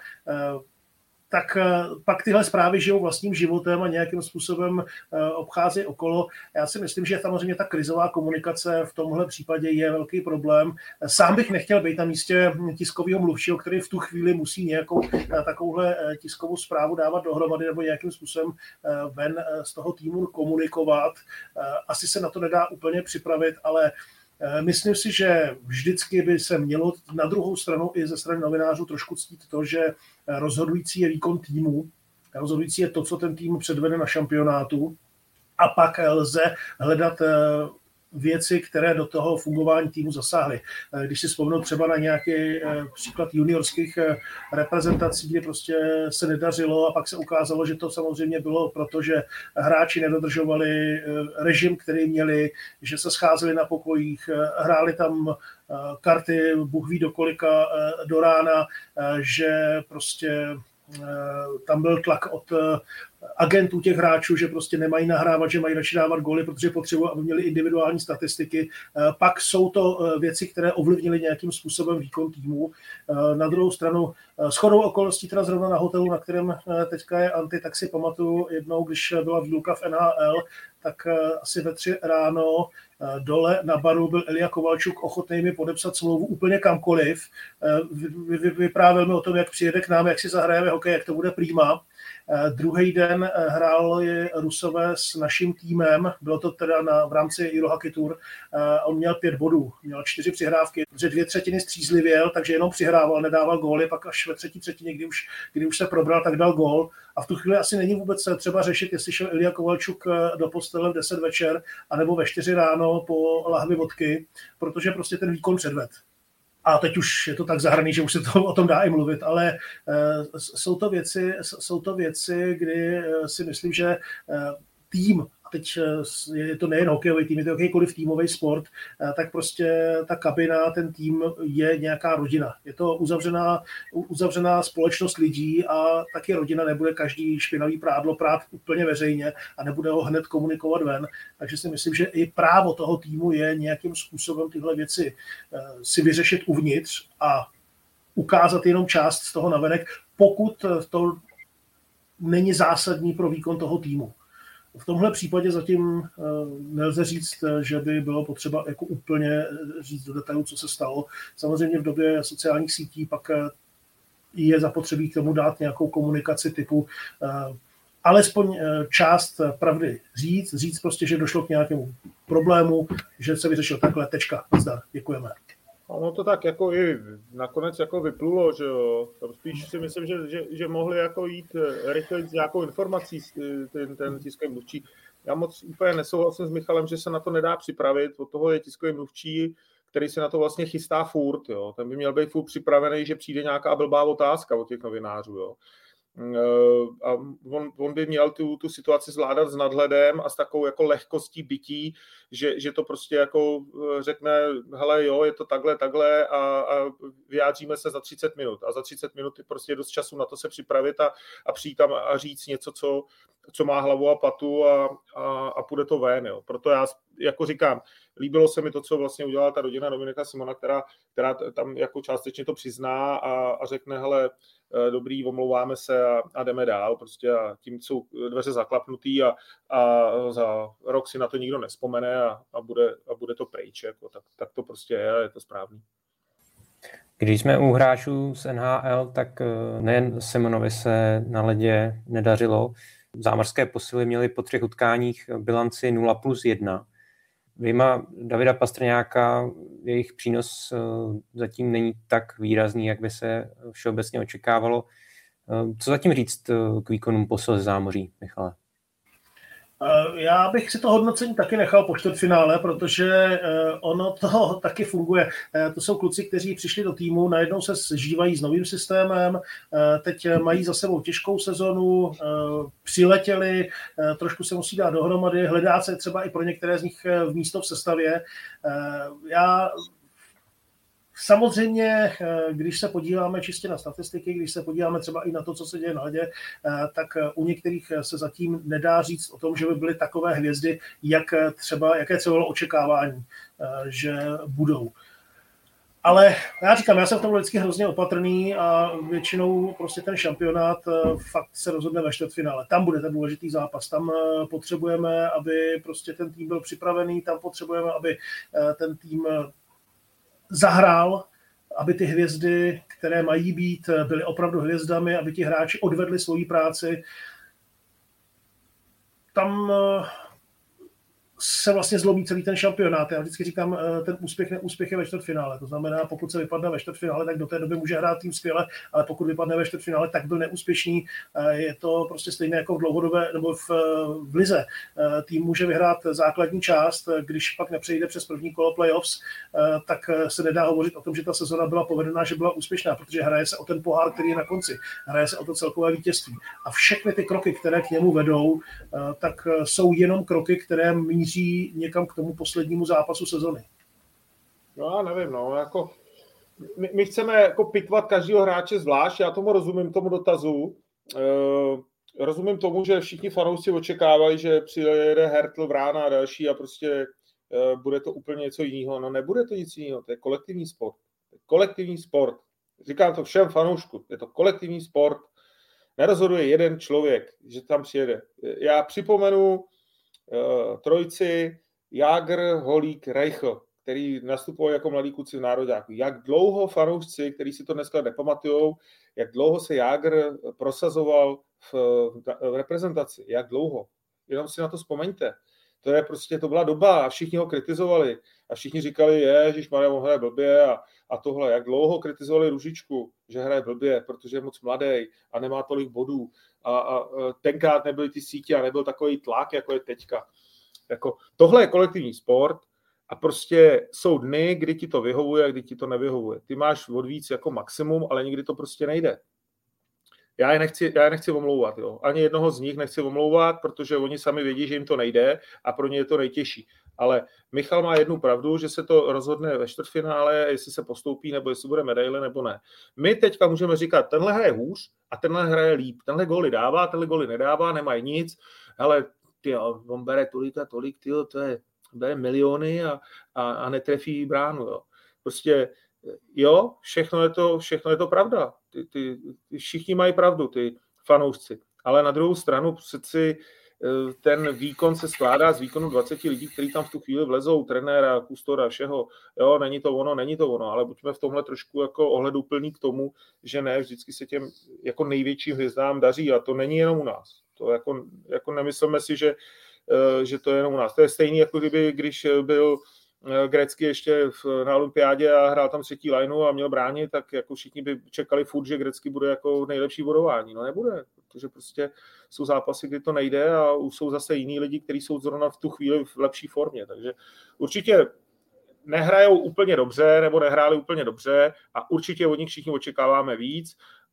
[SPEAKER 5] tak pak tyhle zprávy žijou vlastním životem a nějakým způsobem obchází okolo. Já si myslím, že samozřejmě ta krizová komunikace v tomhle případě je velký problém. Sám bych nechtěl být na místě tiskového mluvčího, který v tu chvíli musí nějakou takovouhle tiskovou zprávu dávat dohromady nebo nějakým způsobem ven z toho týmu komunikovat. Asi se na to nedá úplně připravit, ale myslím si, že vždycky by se mělo na druhou stranu i ze strany novinářů trošku ctít to, že rozhodující je výkon týmu, rozhodující je to, co ten tým předvede na šampionátu a pak lze hledat věci, které do toho fungování týmu zasáhly. Když si vzpomenu třeba na nějaký příklad juniorských reprezentací, kdy prostě se nedařilo a pak se ukázalo, že to samozřejmě bylo proto, že hráči nedodržovali režim, který měli, že se scházeli na pokojích, hráli tam karty, Bůh ví do kolika do rána, že prostě tam byl tlak od agentů těch hráčů, že prostě nemají nahrávat, že mají radši dávat góly, protože potřebují, aby měli individuální statistiky. Pak jsou to věci, které ovlivnily nějakým způsobem výkon týmu. Na druhou stranu, shodou okolností teda zrovna na hotelu, na kterém teďka je Anty, tak si pamatuju jednou, když byla výluka v NHL, tak asi ve 3 ráno dole na baru byl Ilja Kovalčuk ochotný mi podepsat smlouvu úplně kamkoliv. Vyprávěl mi o tom, jak přijede k nám, jak si zahrajeme hokej, jak to bude prima. Druhý den hráli Rusové s naším týmem, bylo to teda v rámci Eurohockey Tour, on měl 5 bodů, měl 4 přihrávky, protože 2/3 střízlivěl, takže jenom přihrával, nedával góly, pak až ve 3. třetině, kdy už se probral, tak dal gól a v tu chvíli asi není vůbec třeba řešit, jestli šel Ilja Kovalčuk do postele v 10 večer, anebo ve 4 ráno po lahvi vodky, protože prostě ten výkon předved. A teď už je to tak zahraný, že už se to o tom dá i mluvit, ale jsou to věci, kdy si myslím, že tým, a teď je to nejen hokejový tým, je to jakýkoliv týmový sport, tak prostě ta kabina, ten tým je nějaká rodina. Je to uzavřená společnost lidí a taky rodina, nebude každý špinavý prádlo prát úplně veřejně a nebude ho hned komunikovat ven. Takže si myslím, že i právo toho týmu je nějakým způsobem tyhle věci si vyřešit uvnitř a ukázat jenom část z toho navenek, pokud to není zásadní pro výkon toho týmu. V tomhle případě zatím nelze říct, že by bylo potřeba jako úplně říct do detailu, co se stalo. Samozřejmě v době sociálních sítí pak je zapotřebí k tomu dát nějakou komunikaci typu alespoň část pravdy říct prostě, že došlo k nějakému problému, že se vyřešil takhle, tečka, zdar, děkujeme.
[SPEAKER 6] Ono to tak jako i nakonec jako vyplulo, že jo. Spíš si myslím, že mohli jako jít rychle s nějakou informací ten tiskový mluvčí. Já moc úplně nesouhlasím s Michalem, že se na to nedá připravit. Od toho je tiskový mluvčí, který se na to vlastně chystá furt, jo. Ten by měl být furt připravený, že přijde nějaká blbá otázka od těch novinářů, jo. A on by měl tu situaci zvládat s nadhledem a s takovou jako lehkostí bytí, že to prostě jako řekne, hele jo, je to takhle a vyjádříme se za 30 minut. A za 30 minut je prostě dost času na to se připravit a přijít tam a říct něco, co má hlavu a patu a půjde to ven. Jo. Proto já jako říkám, líbilo se mi to, co vlastně udělala ta rodina Dominika Simona, která tam jako částečně to přizná a řekne, hele, dobrý, omlouváme se a jdeme dál. Prostě a tím jsou dveře zaklapnutý a za rok si na to nikdo nevzpomene a bude to pryč. Jako, tak to prostě je to správný.
[SPEAKER 4] Když jsme u hráčů z NHL, tak nejen Simonovi se na ledě nedařilo. Zámořské posily měly po 3 utkáních bilanci 0+1. Vyjma Davida Pastrňáka jejich přínos zatím není tak výrazný, jak by se všeobecně očekávalo. Co zatím říct k výkonům posil ze zámoří, Michale?
[SPEAKER 5] Já bych si to hodnocení taky nechal po čtvrtfinále, protože ono to taky funguje. To jsou kluci, kteří přišli do týmu, najednou se sžívají s novým systémem, teď mají za sebou těžkou sezonu, přiletěli, trošku se musí dát dohromady, hledá se třeba i pro některé z nich v místo v sestavě. Samozřejmě, když se podíváme čistě na statistiky, když se podíváme třeba i na to, co se děje na ledě, tak u některých se zatím nedá říct o tom, že by byly takové hvězdy, jaké třeba bylo očekávání, že budou. Ale já říkám, já jsem v tom vždycky hrozně opatrný a většinou prostě ten šampionát fakt se rozhodne ve čtvrtfinále. Tam bude ten důležitý zápas, tam potřebujeme, aby prostě ten tým byl připravený, tam potřebujeme, aby ten tým zahrál, aby ty hvězdy, které mají být, byly opravdu hvězdami, aby ti hráči odvedli svoji práci. Tam se vlastně zlomí celý ten šampionát. Já vždycky říkám, ten neúspěch je ve čtvrtfinále. To znamená, pokud se vypadne ve čtvrtfinále, tak do té doby může hrát tým skvěle, ale pokud vypadne ve čtvrtfinále, tak byl neúspěšný. Je to prostě stejné jako v dlouhodobé nebo v lize. Tým může vyhrát základní část, když pak nepřejde přes první kolo playoffs, tak se nedá hovořit o tom, že ta sezona byla povedená, že byla úspěšná, protože hraje se o ten pohár, který je na konci. Hraje se o to celkové vítězství. A všechny ty kroky, které k němu vedou, tak jsou jenom kroky, které míří někam k tomu poslednímu zápasu sezony.
[SPEAKER 6] No já nevím, jako my chceme jako pitvat každého hráče zvlášť, já tomu rozumím, tomu dotazu. Rozumím tomu, že všichni fanoušci očekávají, že přijede Hertl, Vrána a další a prostě bude to úplně něco jiného. No nebude to nic jiného, to je kolektivní sport. Kolektivní sport. Říkám to všem fanouškům, je to kolektivní sport. Nerozhoduje jeden člověk, že tam přijede. Já připomenu trojici Jágr, Holík, Reichl, který nastupoval jako mladí kluci v nároďáku. Jak dlouho fanoušci, kteří si to dneska nepamatujou, jak dlouho se Jágr prosazoval v reprezentaci. Jak dlouho. Jenom si na to vzpomeňte. To je prostě, to byla doba a všichni ho kritizovali. A všichni říkali, ježišmarja, on hraje blbě a tohle. Jak dlouho kritizovali Růžičku, že hraje blbě, protože je moc mladý a nemá tolik bodů. A tenkrát nebyly ty sítě a nebyl takový tlak, jako je teďka. Jako, tohle je kolektivní sport a prostě jsou dny, kdy ti to vyhovuje a kdy ti to nevyhovuje. Ty máš od víc jako maximum, ale nikdy to prostě nejde. Já je nechci omlouvat. Jo. Ani jednoho z nich nechci omlouvat, protože oni sami vědí, že jim to nejde a pro ně je to nejtěžší. Ale Michal má jednu pravdu, že se to rozhodne ve čtvrtfinále, jestli se postoupí, nebo jestli bude medaile, nebo ne. My teďka můžeme říkat, tenhle hraje hůř a tenhle hraje líp. Tenhle góly dává, tenhle góly nedává, nemají nic. Hele, on bere tolik, bere miliony a netrefí bránu. Jo. Prostě jo, všechno je to pravda. Ty všichni mají pravdu, ty fanoušci. Ale na druhou stranu přeci ten výkon se skládá z výkonu 20 lidí, kteří tam v tu chvíli vlezou, trenéra, kustora, všeho. Jo, není to ono, ale buďme v tomhle trošku jako ohleduplní k tomu, že ne, vždycky se těm jako největším hvězdám daří a to není jenom u nás. To jako nemyslíme si, že to je jenom u nás. To je stejný, jako když byl Grecky ještě na olympiádě a hrál tam třetí lineu a měl bránit, tak jako všichni by čekali furt, že Grecky bude jako nejlepší bodování. No nebude, protože prostě jsou zápasy, kdy to nejde a už jsou zase jiní lidi, kteří jsou zrovna v tu chvíli v lepší formě. Takže určitě nehrajou úplně dobře nebo nehráli úplně dobře a určitě od nich všichni očekáváme víc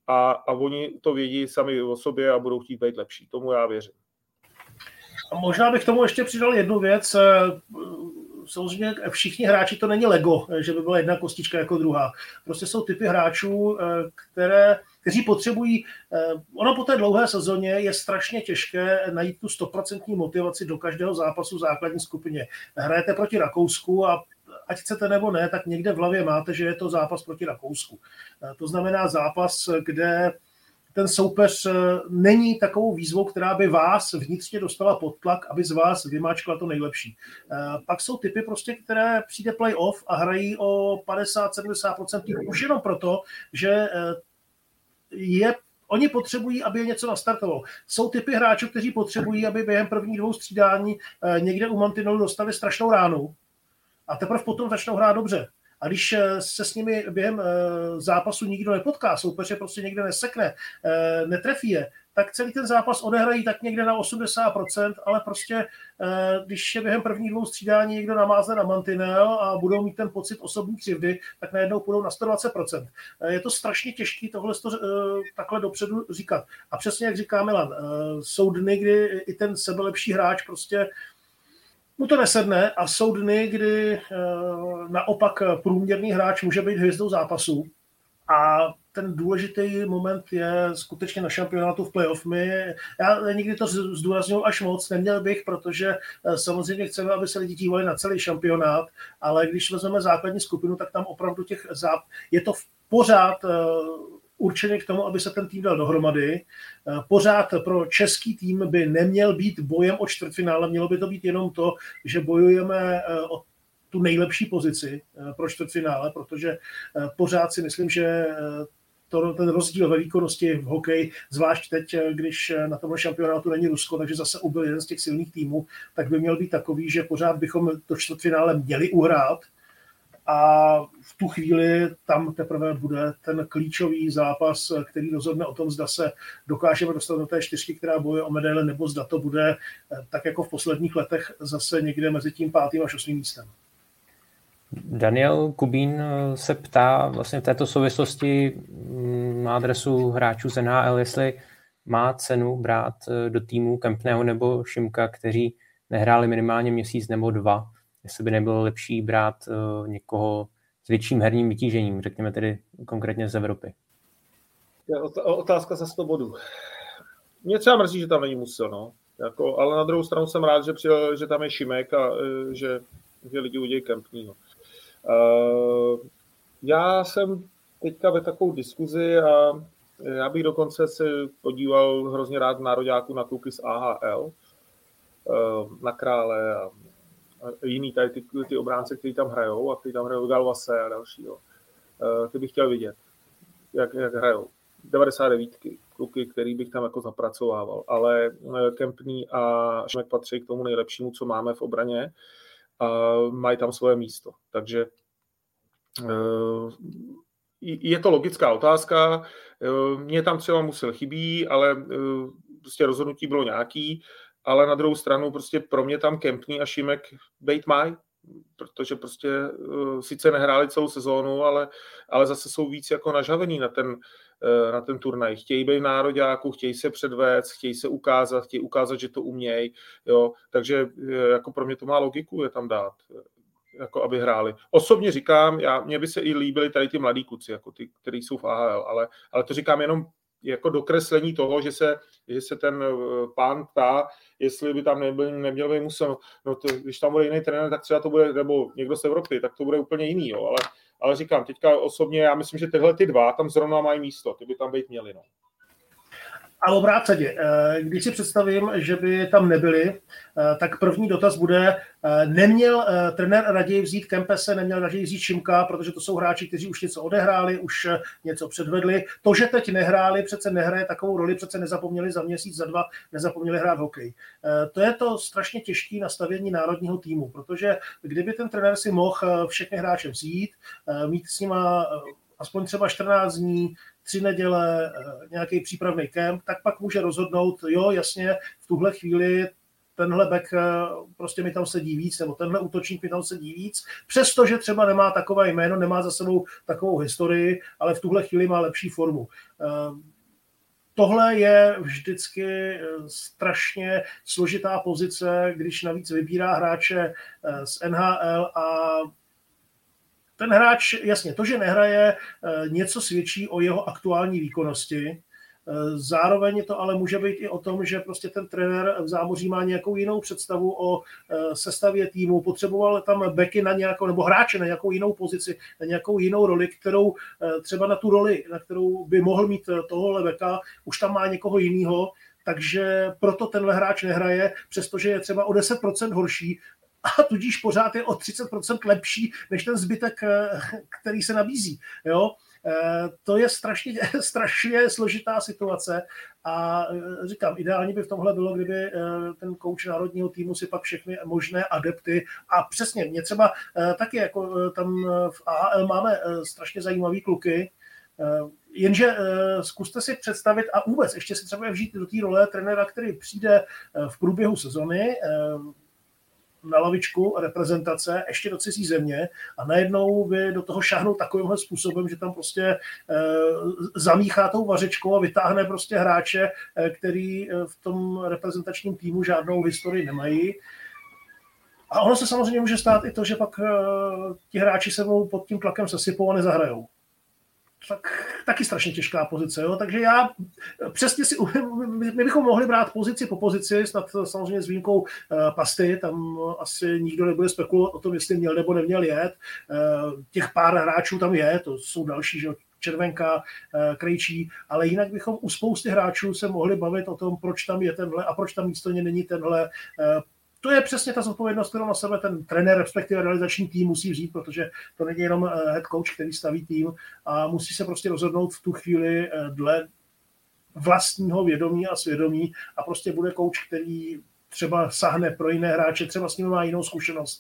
[SPEAKER 6] a oni to vědí sami o sobě a budou chtít být lepší. Tomu já věřím.
[SPEAKER 5] A možná bych k tomu ještě přidal jednu věc. Samozřejmě všichni hráči to není Lego, že by byla jedna kostička jako druhá. Prostě jsou typy hráčů, kteří potřebují, ono po té dlouhé sezóně je strašně těžké najít tu 100% motivaci do každého zápasu v základní skupině. Hrajete proti Rakousku a ať chcete nebo ne, tak někde v hlavě máte, že je to zápas proti Rakousku. To znamená zápas, kde ten soupeř není takovou výzvou, která by vás vnitřně dostala pod tlak, aby z vás vymáčkla to nejlepší. Pak jsou typy prostě, které přijde playoff a hrají o 50-70% už jenom proto, že oni potřebují, aby je něco nastartovalo. Jsou typy hráčů, kteří potřebují, aby během prvních 2 střídání někde u mantinelu dostali strašnou ránu a teprve potom začnou hrát dobře. A když se s nimi během zápasu nikdo nepotká, soupeř je prostě někde nesekne, netrefí je, tak celý ten zápas odehrají tak někde na 80%, ale prostě když je během prvních 2 střídání někdo namázne na mantinel a budou mít ten pocit osobní křivdy, tak najednou půjdou na 120%. Je to strašně těžké tohle takhle dopředu říkat. A přesně jak říká Milan, jsou dny, kdy i ten sebelepší hráč prostě mu to nesedne a jsou dny, kdy naopak průměrný hráč může být hvězdou zápasu a ten důležitý moment je skutečně na šampionátu v playoff. Já někdy to zdůrazňuji až moc, neměl bych, protože samozřejmě chceme, aby se lidi dívali na celý šampionát, ale když vezmeme základní skupinu, tak tam opravdu je to pořád určený k tomu, aby se ten tým dal dohromady. Pořád pro český tým by neměl být bojem o čtvrtfinále, mělo by to být jenom to, že bojujeme o tu nejlepší pozici pro čtvrtfinále, protože pořád si myslím, že ten rozdíl ve výkonnosti v hokeji, zvlášť teď, když na tomhle šampionátu není Rusko, takže zase ubyl jeden z těch silných týmů, tak by měl být takový, že pořád bychom to čtvrtfinále měli uhrát a v tu chvíli tam teprve bude ten klíčový zápas, který rozhodne o tom, zda se dokážeme dostat do té 4, která bojuje o medaile, nebo zda to bude tak jako v posledních letech zase někde mezi tím 5. až 8. místem.
[SPEAKER 4] Daniel Kubín se ptá vlastně v této souvislosti na adresu hráčů z NHL, jestli má cenu brát do týmu Kempného nebo Šimka, kteří nehráli minimálně měsíc nebo 2, jestli by nebylo lepší brát někoho s větším herním vytížením, řekněme tedy konkrétně z Evropy.
[SPEAKER 6] Je otázka za 100 bodů. Mě třeba mrzí, že tam není Musil, no. Ale na druhou stranu jsem rád, že tam je Šimek a že lidi udějí Kempního. Já jsem teďka ve takovou diskuzi a já bych dokonce se podíval hrozně rád v nároďáku na kluky z AHL, na Krále a jiný tady ty obránce, kteří tam hrajou a kteří tam hrajou Galvase a dalšího. Ty bych chtěl vidět, jak hrajou. 99 kluky, který bych tam jako zapracovával, ale Kempný a Šimek patří k tomu nejlepšímu, co máme v obraně a mají tam svoje místo. Takže je to logická otázka. Mně tam třeba Musil chybí, ale prostě rozhodnutí bylo nějaký, ale na druhou stranu prostě pro mě tam Kempný a Šimek bejt mají, protože prostě sice nehráli celou sezónu, ale zase jsou víc jako nažavený na ten turnaj. Chtějí být v nároďáku, chtějí se předvést, chtějí se ukázat, chtějí ukázat, že to umějí. Jo? Takže jako pro mě to má logiku je tam dát, jako aby hráli. Osobně říkám, mně by se i líbili tady ty mladí kluci, jako ty, kteří jsou v AHL, ale to říkám jenom jako dokreslení toho, že se ten pán ptá, jestli by tam neměl by Musil. No to, když tam bude jiný trenér, tak třeba to bude, nebo někdo z Evropy, tak to bude úplně jiný, jo. Ale říkám, teďka osobně, já myslím, že tyhle ty dva tam zrovna mají místo, ty by tam být měli, no.
[SPEAKER 5] A obráceně, když si představím, že by tam nebyli, tak první dotaz bude, neměl trenér raději vzít Kempese, neměl raději vzít Šimka, protože to jsou hráči, kteří už něco odehráli, už něco předvedli. To, že teď nehráli, přece nehraje takovou roli, přece nezapomněli za měsíc, za 2, nezapomněli hrát hokej. To je to strašně těžké nastavení národního týmu, protože kdyby ten trenér si mohl všechny hráče vzít, mít s nima aspoň třeba 14 dní, 3 neděle, nějaký přípravný kemp, tak pak může rozhodnout, jo, jasně, v tuhle chvíli tenhle back prostě mi tam sedí víc, nebo tenhle útočník mi tam sedí víc, přestože třeba nemá takové jméno, nemá za sebou takovou historii, ale v tuhle chvíli má lepší formu. Tohle je vždycky strašně složitá pozice, když navíc vybírá hráče z NHL a ten hráč, jasně, to, že nehraje, něco svědčí o jeho aktuální výkonnosti. Zároveň to ale může být i o tom, že prostě ten trenér v zámoří má nějakou jinou představu o sestavě týmu, potřeboval tam backy na nějakou, nebo hráče na nějakou jinou pozici, na nějakou jinou roli, kterou třeba na tu roli, na kterou by mohl mít tohohle backa, už tam má někoho jiného, takže proto tenhle hráč nehraje, přestože je třeba o 10% horší, a tudíž pořád je o 30% lepší než ten zbytek, který se nabízí. Jo? To je strašně složitá situace a říkám, ideálně by v tomhle bylo, kdyby ten kouč národního týmu si pak všechny možné adepty a přesně, mě třeba taky jako tam v AHL máme strašně zajímavý kluky, jenže zkuste si představit a vůbec ještě si třeba vžít do té role trenéra, který přijde v průběhu sezony na lavičku reprezentace ještě do cizí země a najednou vy do toho šáhnou takovýmhle způsobem, že tam prostě zamíchá tou vařečkou a vytáhne prostě hráče, který v tom reprezentačním týmu žádnou historii nemají. A ono se samozřejmě může stát i to, že pak ti hráči se pod tím tlakem sesypou a nezahrajou. Taky strašně těžká pozice, jo? Takže já přesně my bychom mohli brát pozici po pozici, snad samozřejmě s výjimkou Pasty, tam asi nikdo nebude spekulovat o tom, jestli měl nebo neměl jet. Těch pár hráčů tam je, to jsou další, že Červenka, Krejčí, ale jinak bychom u spousty hráčů se mohli bavit o tom, proč tam je tenhle a proč tam místo něj není tenhle. To je přesně ta zodpovědnost, kterou na sebe ten trenér, respektive realizační tým musí vzít, protože to není jenom head coach, který staví tým a musí se prostě rozhodnout v tu chvíli dle vlastního vědomí a svědomí a prostě bude coach, který třeba sáhne pro jiné hráče, třeba s nimi má jinou zkušenost.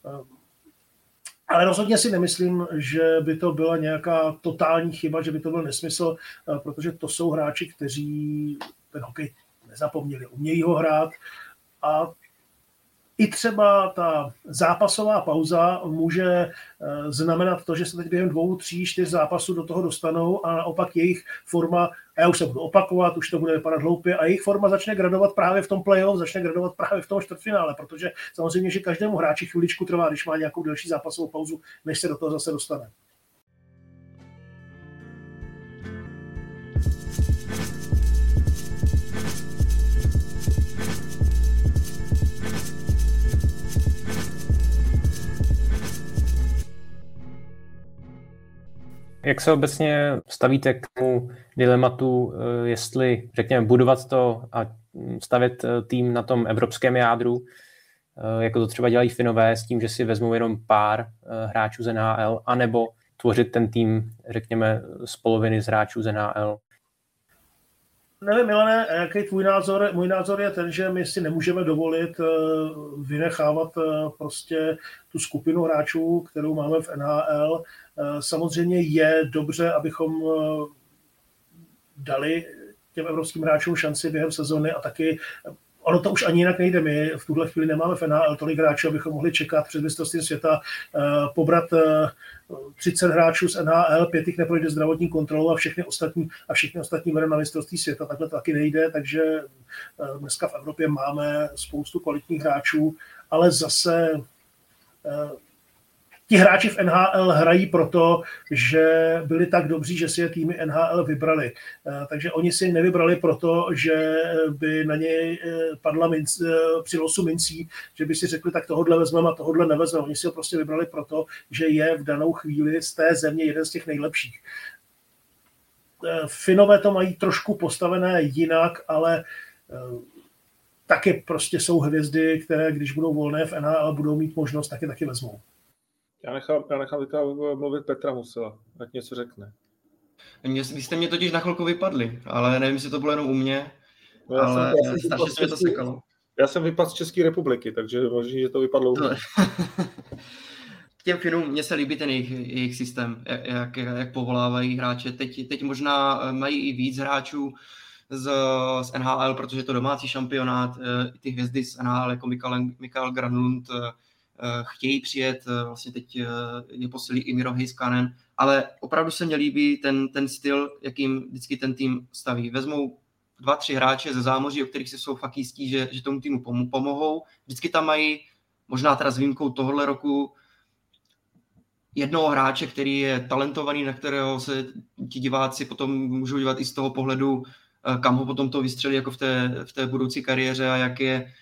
[SPEAKER 5] Ale rozhodně si nemyslím, že by to byla nějaká totální chyba, že by to byl nesmysl, protože to jsou hráči, kteří ten hokej nezapomněli, umějí ho hrát a i třeba ta zápasová pauza může znamenat to, že se teď během 2, 3, 4 zápasů do toho dostanou a naopak jejich forma, a já už se budu opakovat, už to bude vypadat hloupě, a jejich forma začne gradovat právě v tom playoff, začne gradovat právě v tom čtvrtfinále, protože samozřejmě, že každému hráči chviličku trvá, když má nějakou delší zápasovou pauzu, než se do toho zase dostane.
[SPEAKER 4] Jak se obecně stavíte k tomu dilematu, jestli, řekněme, budovat to a stavět tým na tom evropském jádru, jako to třeba dělají Finové s tím, že si vezmou jenom pár hráčů z NHL, anebo tvořit ten tým, řekněme, z poloviny z hráčů z NHL?
[SPEAKER 5] Nevím, Milane, jaký je tvůj názor? Můj názor je ten, že my si nemůžeme dovolit vynechávat prostě tu skupinu hráčů, kterou máme v NHL. Samozřejmě je dobře, abychom dali těm evropským hráčům šanci během sezóny a taky ono to už ani jinak nejde. My v tuhle chvíli nemáme v NHL tolik hráčů, abychom mohli čekat před mistrovstvím světa, pobrat 30 hráčů z NHL, 5 jich neprojde zdravotní kontrolu a všechny ostatní vedeme na mistrovství světa. Takhle to taky nejde, takže dneska v Evropě máme spoustu kvalitních hráčů, ale zase ti hráči v NHL hrají proto, že byli tak dobří, že si je týmy NHL vybrali. Takže oni si nevybrali proto, že by na něj padla při losu mincí, že by si řekli, tak tohodle vezmeme a tohodle nevezmeme. Oni si ho prostě vybrali proto, že je v danou chvíli z té země jeden z těch nejlepších. Finové to mají trošku postavené jinak, ale taky prostě jsou hvězdy, které když budou volné v NHL, budou mít možnost, taky vezmou.
[SPEAKER 6] Já nechám teďka mluvit Petra Musila, ať něco řekne.
[SPEAKER 7] Vy jste mě totiž na chvilku vypadli, ale nevím, jestli to bylo jenom u mě, no, ale strašně se mi to sekalo.
[SPEAKER 6] Já jsem vypadl z České republiky, takže možná, že to vypadlo u mě.
[SPEAKER 7] K těm Finům mně se líbí ten jejich systém, jak povolávají hráče. Teď možná mají i víc hráčů z NHL, protože je to domácí šampionát, ty hvězdy z NHL jako Mikael Granlund chtějí přijet, vlastně teď je posilí i Miro Heiskanen, ale opravdu se mně líbí ten styl, jakým vždycky ten tým staví. Vezmou 2-3 hráče ze zámoří, o kterých si jsou fakt jistí, že tomu týmu pomohou. Vždycky tam mají, možná teda s výjimkou tohohle roku, jednoho hráče, který je talentovaný, na kterého se ti diváci potom můžou dívat i z toho pohledu, kam ho potom to vystřelí jako v té budoucí kariéře a jak je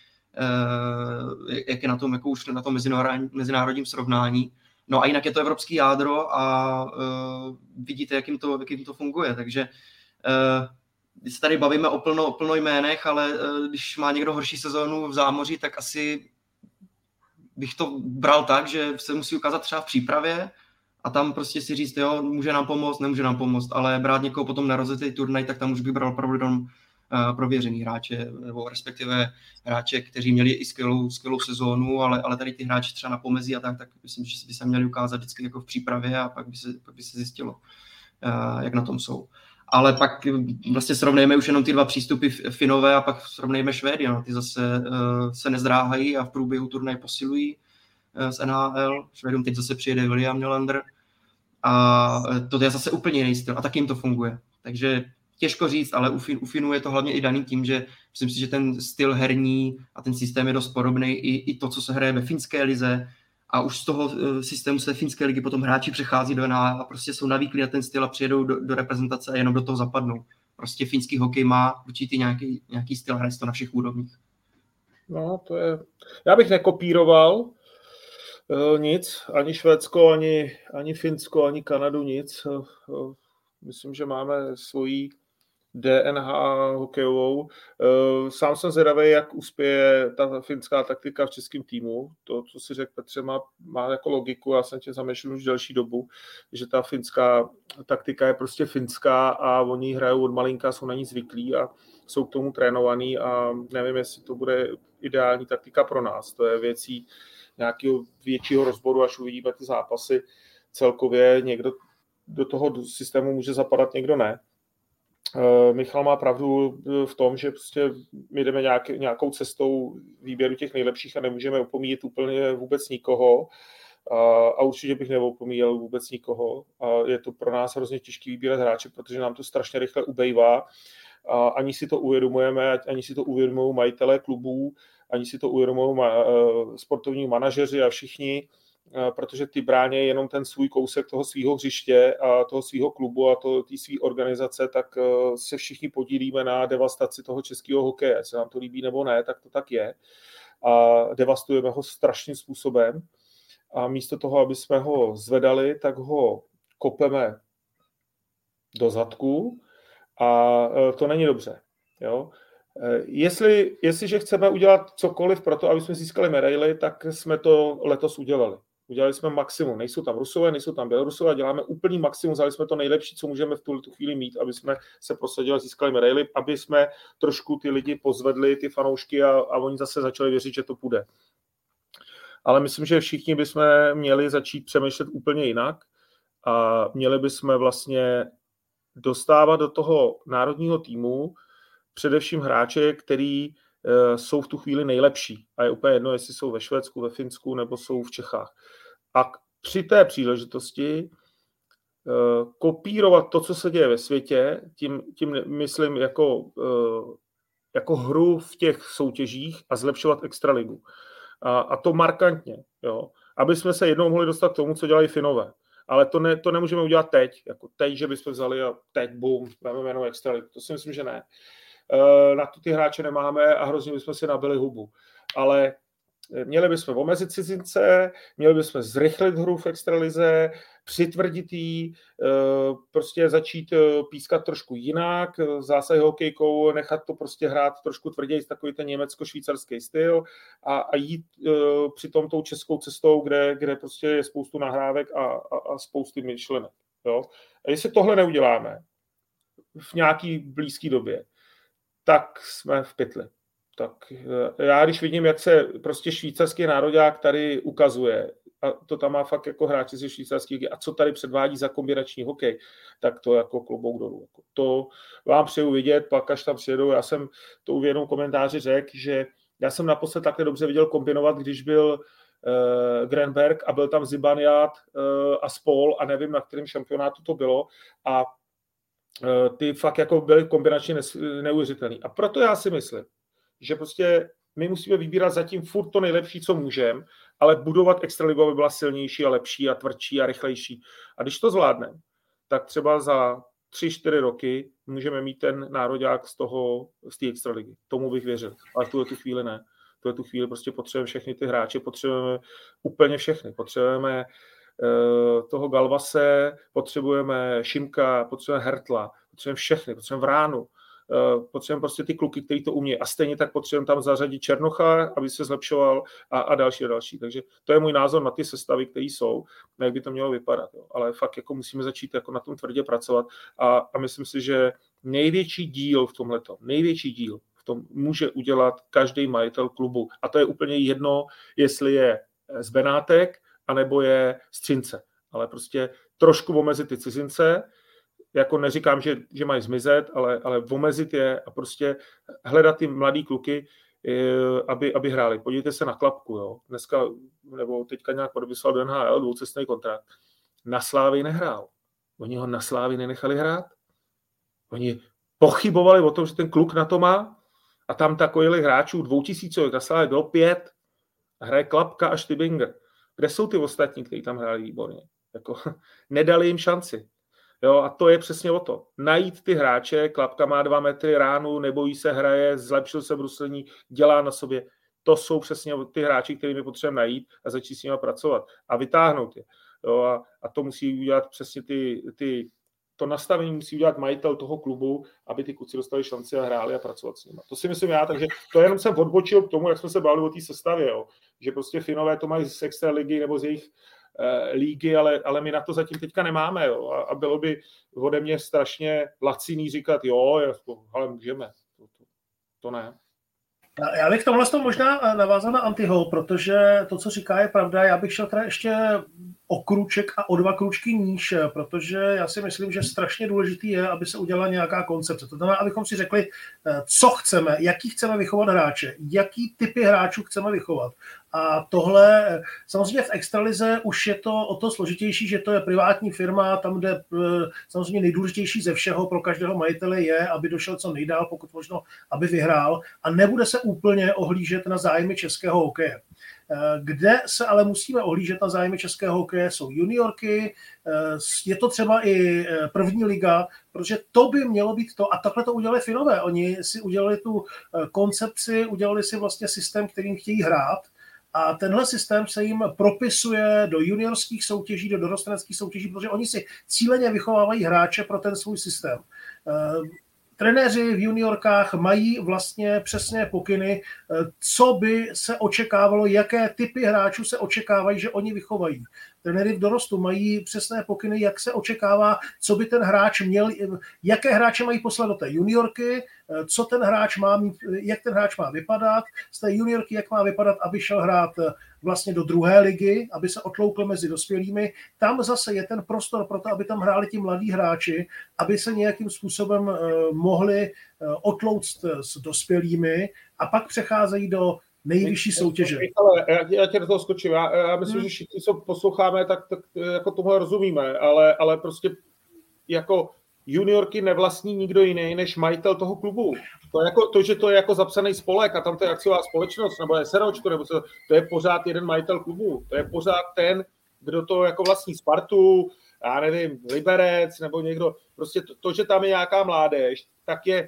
[SPEAKER 7] na tom, jako už na tom mezinárodním srovnání. No a jinak je to evropský jádro a vidíte, jak jim to funguje. Takže když se tady bavíme o plno jménech, ale když má někdo horší sezónu v zámoří, tak asi bych to bral tak, že se musí ukázat třeba v přípravě a tam prostě si říct, jo, může nám pomoct, nemůže nám pomoct, ale brát někoho potom na rozjetý turnaj, tak tam už bych bral opravdu prověřený hráče, nebo respektive hráče, kteří měli i skvělou sezónu, ale tady ty hráči třeba na pomezí a tak myslím, že by se měli ukázat vždycky jako v přípravě a pak by se zjistilo, jak na tom jsou. Ale pak vlastně srovnejme už jenom ty dva přístupy Finové a pak srovnejme Švédy. No. Ty zase se nezdráhají a v průběhu turnaje posilují z NHL. Švédům teď zase přijede William Nylander a to je zase úplně jiný styl a tak jim to funguje. Takže těžko říct, ale u Finů je to hlavně i daný tím, že myslím si, že ten styl herní a ten systém je dost podobný i to, co se hraje ve finské lize a už z toho systému se finské ligy potom hráči přechází do NHL a prostě jsou navyklí na ten styl a přijedou do reprezentace a jenom do toho zapadnou. Prostě finský hokej má určitý nějaký styl, hraje to na všech úrovních.
[SPEAKER 6] No, to je... Já bych nekopíroval nic, ani Švédsko, ani Finsko, ani Kanadu, nic. Myslím, že máme svoji DNH hokejovou. Sám jsem zvědavý, jak uspěje ta finská taktika v českém týmu. To, co si řekl Petře, má jako logiku. Já jsem tě zamýšlel už delší dobu, že ta finská taktika je prostě finská a oni hrajou od malinka, jsou na ní zvyklí a jsou k tomu trénovaní a nevím, jestli to bude ideální taktika pro nás. To je věcí nějakého většího rozboru, až uvidíme ty zápasy. Celkově někdo do toho systému může zapadat, někdo ne. Michal má pravdu v tom, že prostě my jdeme nějakou cestou výběru těch nejlepších a nemůžeme opomíjet úplně vůbec nikoho. A určitě bych neopomíjel vůbec nikoho. A je to pro nás hrozně těžký vybírat hráče, protože nám to strašně rychle ubejvá. A ani si to uvědomujeme, ani si to uvědomují majitelé klubů, ani si to uvědomují sportovní manažeři a všichni, protože ty bráně jenom ten svůj kousek toho svého hřiště a toho svého klubu a té své organizace, tak se všichni podílíme na devastaci toho českého hokeje. Se nám to líbí nebo ne, tak to tak je. A devastujeme ho strašným způsobem. A místo toho, aby jsme ho zvedali, tak ho kopeme do zadku a to není dobře. Jo? Jestliže chceme udělat cokoliv pro to, aby jsme získali medaily, tak jsme to letos udělali. Udělali jsme maximum. Nejsou tam Rusové, nejsou tam Bělorusové, děláme úplný maximum, vzali jsme to nejlepší, co můžeme v tu chvíli mít, aby jsme se prosadili a získali medaily, aby jsme trošku ty lidi pozvedli, ty fanoušky a oni zase začali věřit, že to půjde. Ale myslím, že všichni bychom měli začít přemýšlet úplně jinak a měli bychom vlastně dostávat do toho národního týmu především hráče, který jsou v tu chvíli nejlepší. A je úplně jedno, jestli jsou ve Švédsku, ve Finsku nebo jsou v Čechách. A při té příležitosti kopírovat to, co se děje ve světě, tím myslím jako hru v těch soutěžích a zlepšovat extraligu. A to markantně. Jo. Aby jsme se jednou mohli dostat k tomu, co dělají Finové. Ale to nemůžeme udělat teď. Jako teď, že bychom vzali a teď bum, dáme jméno extraligu. To si myslím, že ne. Na to ty hráče nemáme a hrozně bychom si nabili hubu. Ale měli bychom omezit cizince, měli bychom zrychlit hru v extralize, přitvrdit jí, prostě začít pískat trošku jinak, zásahy hokejkou, nechat to prostě hrát trošku tvrději, takový ten německo-švýcarský styl a jít přitom tou českou cestou, kde prostě je spoustu nahrávek a spousty myšlenek. Jo? A jestli tohle neuděláme v nějaký blízké době, tak jsme v pytli. Tak já když vidím, jak se prostě švýcarský nároďák tady ukazuje, a to tam má fakt jako hráči ze švýcarských a co tady předvádí za kombinační hokej, tak to jako klobouk dolů. To vám přeju vidět, pak až tam přijedou. Já jsem to v jednom komentáři řekl, že já jsem naposled takhle dobře viděl kombinovat, když byl Grenberg a byl tam Zibanejad a Spol a nevím, na kterém šampionátu to bylo a ty fakt jako byly kombinačně neuvěřitelný. A proto já si myslím, že prostě my musíme vybírat zatím furt to nejlepší, co můžeme, ale budovat extraligu, aby byla silnější a lepší a tvrdší a rychlejší. A když to zvládneme, tak třeba za 3-4 roky můžeme mít ten nároďák z té extraligy. Tomu bych věřil. Ale v tu chvíli ne. V tu chvíli prostě potřebujeme všechny ty hráče, potřebujeme úplně všechny. Potřebujeme toho Galvase, potřebujeme Šimka, potřebujeme Hertla, potřebujeme všechny, potřebujeme Vránu. Potřebujeme prostě ty kluky, kteří to umějí. A stejně tak potřebujeme tam zařadit Černocha, aby se zlepšoval a další. Takže to je můj názor na ty sestavy, které jsou, jak by to mělo vypadat. Jo. Ale fakt jako musíme začít jako na tom tvrdě pracovat a myslím si, že největší díl v tomhletom, v tom může udělat každý majitel klubu. A to je úplně jedno, jestli je z Benátek, anebo je z Třince. Ale prostě trošku omezit ty cizince, jako neříkám, že mají zmizet, ale omezit je a prostě hledat ty mladý kluky, aby hráli. Podívejte se na Klapku, jo. Dneska, nebo teďka nějak podepisoval do NHL dvoucestný kontrakt. Na Slávii nehrál. Oni ho na Slávii nenechali hrát. Oni pochybovali o tom, že ten kluk na to má a tam takových hráčů 2000, na Slávii bylo 5 a hraje Klapka a Stybinger. Kde jsou ty ostatní, kteří tam hráli výborně? Jako, nedali jim šanci. Jo, a to je přesně o to. Najít ty hráče, Klapka má 2 metry, ránu, nebojí se, hraje, zlepšil se bruslení, dělá na sobě. To jsou přesně ty hráči, který my potřebujeme najít a začít s nimi pracovat a vytáhnout je. Jo, a to musí udělat přesně to nastavení musí udělat majitel toho klubu, aby ty kluci dostali šanci a hráli a pracovat s nimi. To si myslím já, takže to jenom jsem odbočil k tomu, jak jsme se bavili o té sestavě, jo. Že prostě Finové to mají z extraligy nebo z jejich lígy, ale my na to zatím teďka nemáme, jo. A bylo by ode mě strašně laciný říkat, jo, ale můžeme. To ne.
[SPEAKER 5] Já bych tomhle možná navázal na Antyho, protože to, co říká, je pravda. Já bych šel teda ještě o kruček a o 2 kručky níž, protože já si myslím, že strašně důležitý je, aby se udělala nějaká koncepce. To znamená, abychom si řekli, co chceme, jaký chceme vychovat hráče, jaký typy hráčů chceme vychovat. A tohle, samozřejmě v extralize už je to o to složitější, že to je privátní firma, tam, kde samozřejmě nejdůležitější ze všeho pro každého majitele je, aby došel co nejdál, pokud možno, aby vyhrál a nebude se úplně ohlížet na zájmy českého hokeje. Kde se ale musíme ohlížet na zájmy českého hokeje, jsou juniorky, je to třeba i první liga, protože to by mělo být to, a takhle to udělali Finové. Oni si udělali tu koncepci, udělali si vlastně systém, kterým chtějí hrát, a tenhle systém se jim propisuje do juniorských soutěží, do dorosteneckých soutěží, protože oni si cíleně vychovávají hráče pro ten svůj systém. Trenéři v juniorkách mají vlastně přesné pokyny, co by se očekávalo, jaké typy hráčů se očekávají, že oni vychovají. Trenéři v dorostu mají přesné pokyny, jak se očekává, co by ten hráč měl, jaké hráče mají poslat do té juniorky, co ten hráč má mít, jak ten hráč má vypadat, z té juniorky, jak má vypadat, aby šel hrát vlastně do druhé ligy, aby se otloukl mezi dospělými. Tam zase je ten prostor pro to, aby tam hráli ti mladí hráči, aby se nějakým způsobem mohli otlouct s dospělými a pak přecházejí do nejvyšší soutěže.
[SPEAKER 6] Já tě do toho skočím. Já myslím, že všichni, co posloucháme, tak jako tohle rozumíme, ale prostě jako juniorky nevlastní nikdo jiný než majitel toho klubu. To, že to je jako zapsaný spolek a tam to je akciová společnost, nebo je SROčko, nebo to je pořád jeden majitel klubu. To je pořád ten, kdo to jako vlastní Spartu, já nevím, Liberec, nebo někdo. Prostě to, že tam je nějaká mládež, tak je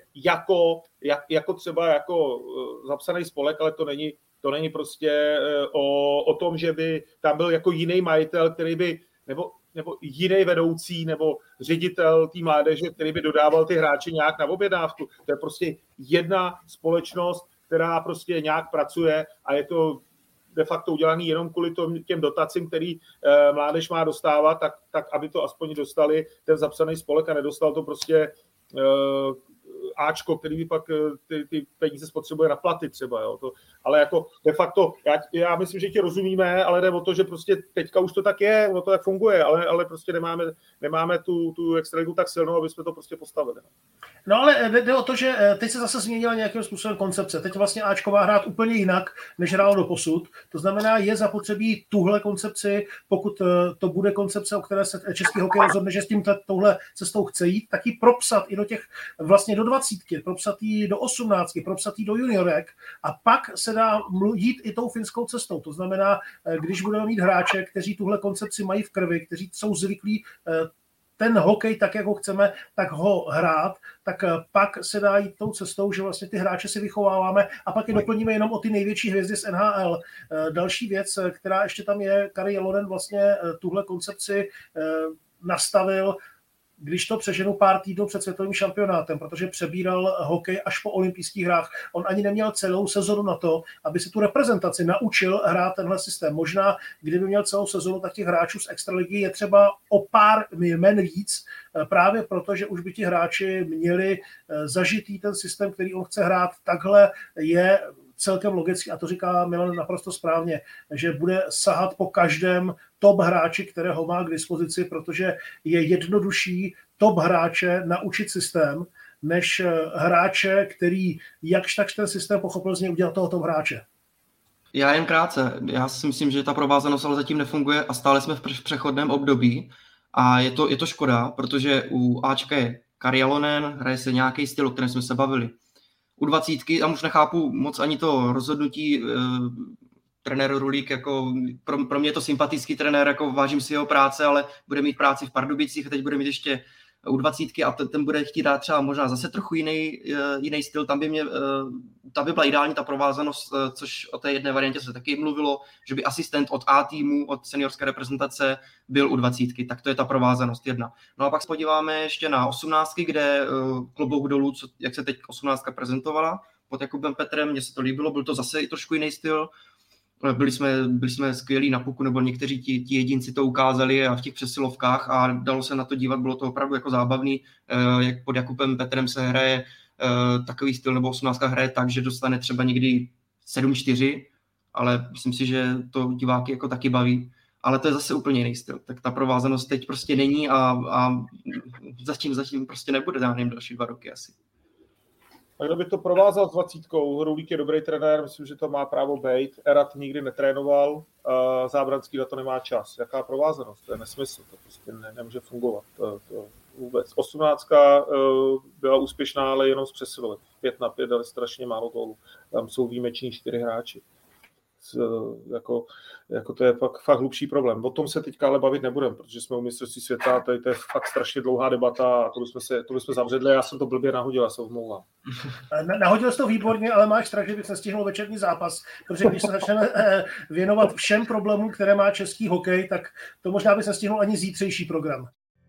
[SPEAKER 6] jako třeba jako zapsaný spolek, ale to není prostě o tom, že by tam byl jako jiný majitel, který by, nebo jiný vedoucí, nebo ředitel té mládeže, který by dodával ty hráče nějak na objednávku. To je prostě jedna společnost, která prostě nějak pracuje a je to de facto udělaný jenom kvůli těm dotacím, který mládež má dostávat, tak aby to aspoň dostali ten zapsaný spolek a nedostal to prostě Ačko, který by pak ty peníze spotřebuje na platy třeba, jo. Ale jako de facto, já myslím, že ti rozumíme, ale jde o to, že prostě teďka už to tak je, ono to tak funguje, ale prostě nemáme tu extraligu tak silnou, aby jsme to prostě postavili.
[SPEAKER 5] No ale jde o to, že teď se zase změnila nějakým způsobem koncepce. Teď vlastně Ačko má hrát úplně jinak, než hrálo doposud. To znamená, je zapotřebí tuhle koncepci, pokud to bude koncepce, o které se český hokej rozhodne, že s tím touhle cestou chce jít, tak ji propsat i do těch vlastně do 20, propsat ji do 18, propsat ji do juniorek a pak se dá jít i tou finskou cestou. To znamená, když budeme mít hráče, kteří tuhle koncepci mají v krvi, kteří jsou zvyklí ten hokej, tak jak ho chceme, tak ho hrát, tak pak se dá jít tou cestou, že vlastně ty hráče si vychováváme a pak je doplníme jenom o ty největší hvězdy z NHL. Další věc, která ještě tam je, Kari Jalonen vlastně tuhle koncepci nastavil, když to přeženu pár týdnů před světovým šampionátem, protože přebíral hokej až po olympijských hrách. On ani neměl celou sezonu na to, aby si tu reprezentaci naučil hrát tenhle systém. Možná, kdyby měl celou sezonu, tak těch hráčů z extraligy je třeba o pár jmen víc, právě proto, že už by ti hráči měli zažitý ten systém, který on chce hrát. Takhle je celkem logicky, a to říká Milan naprosto správně, že bude sahat po každém top hráči, kterého má k dispozici, protože je jednodušší top hráče naučit systém, než hráče, který jakž tak ten systém pochopil z něj udělat toho top hráče.
[SPEAKER 7] Já jen krátce. Já si myslím, že ta provázanost ale zatím nefunguje a stále jsme v přechodném období a je to škoda, protože u Ačka je Kari Jalonen, hraje se nějaký styl, o kterém jsme se bavili. U 20, tam už nechápu moc ani to rozhodnutí trenér Rulík, jako pro mě je to sympatický trenér, jako vážím si jeho práce, ale bude mít práci v Pardubicích a teď bude mít ještě u 20 a ten bude chtít dát třeba možná zase trochu jiný styl, tam by byla ideální ta provázanost, což o té jedné variantě se taky mluvilo, že by asistent od A týmu, od seniorské reprezentace byl u 20, tak to je ta provázanost jedna. No a pak se podíváme ještě na 18, kde klobouk dolů, jak se teď 18 prezentovala pod Jakubem Petrem, mně se to líbilo, byl to zase i trošku jiný styl. Byli jsme skvělí na puku, nebo někteří ti jedinci to ukázali a v těch přesilovkách a dalo se na to dívat, bylo to opravdu jako zábavný, jak pod Jakubem Petrem se hraje takový styl, nebo 18 hraje tak, že dostane třeba někdy 7-4, ale myslím si, že to diváky jako taky baví, ale to je zase úplně jiný styl, tak ta provázanost teď prostě není a zatím prostě nebude dáným další 2 roky asi.
[SPEAKER 6] A kdo by to provázal s 20, Rulík je dobrý trenér, myslím, že to má právo být. Erat nikdy netrénoval, Zábranský na to nemá čas. Jaká provázanost? To je nesmysl, to prostě nemůže fungovat. To vůbec. 18 byla úspěšná, ale jenom z přesilovek. 5-5 dali strašně málo gólů. Tam jsou výjimeční 4 hráči. Jako to je fakt hlubší problém. O tom se teďka ale bavit nebudeme, protože jsme u mistrovství světa, to je fakt strašně dlouhá debata a to bychom zavředli, já jsem to blbě nahodil, já se omlouvám.
[SPEAKER 5] Nahodil jsi to výborně, ale máš strach, že bys nestihnul večerní zápas, protože když se začneme věnovat všem problémům, které má český hokej, tak to možná bys nestihnul ani zítřejší program.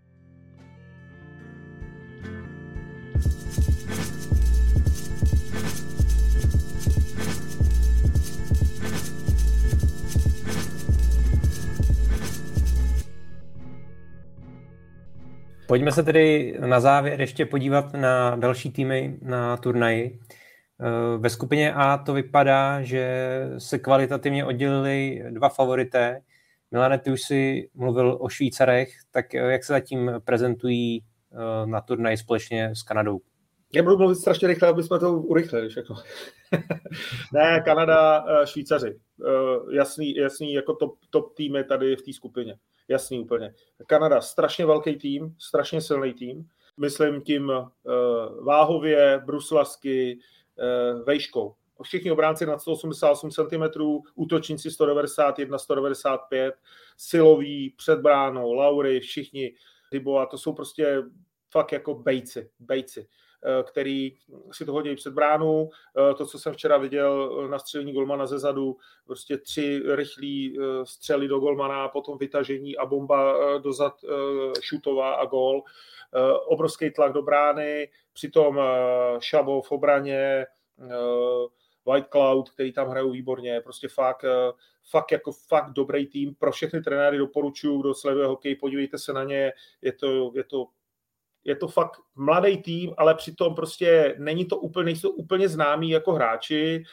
[SPEAKER 4] Pojďme se tedy na závěr ještě podívat na další týmy na turnaji. Ve skupině A to vypadá, že se kvalitativně oddělili 2 favorité. Milane, ty už si mluvil o Švýcarech, tak jak se zatím prezentují na turnaji společně s Kanadou?
[SPEAKER 6] Já budu mluvit strašně rychle, aby jsme to urychlili všechno. Ne, Kanada, Švýcaři. Jasný jako top týmy tady v té skupině. Jasný úplně. Kanada, strašně velký tým, strašně silný tým. Myslím tím váhově, bruslasky, vejškou. Všichni obránci nad 188 cm, útočníci 191, 195, siloví, před bránou, Laury, všichni. Dyboa, to jsou prostě fakt jako bejci, který si to hodí před bránu. To, co jsem včera viděl na střelení golmana ze zadu, prostě 3 rychlý střely do golmana, potom vytažení a bomba dozad šutová a gól. Obrovský tlak do brány, přitom Šabo v obraně, White Cloud, který tam hrajou výborně, prostě fakt dobrý tým. Pro všechny trenéry doporučuji, kdo sleduje hokej, podívejte se na ně, je to je to fakt mladý tým, ale přitom prostě nejsou úplně známí jako hráči,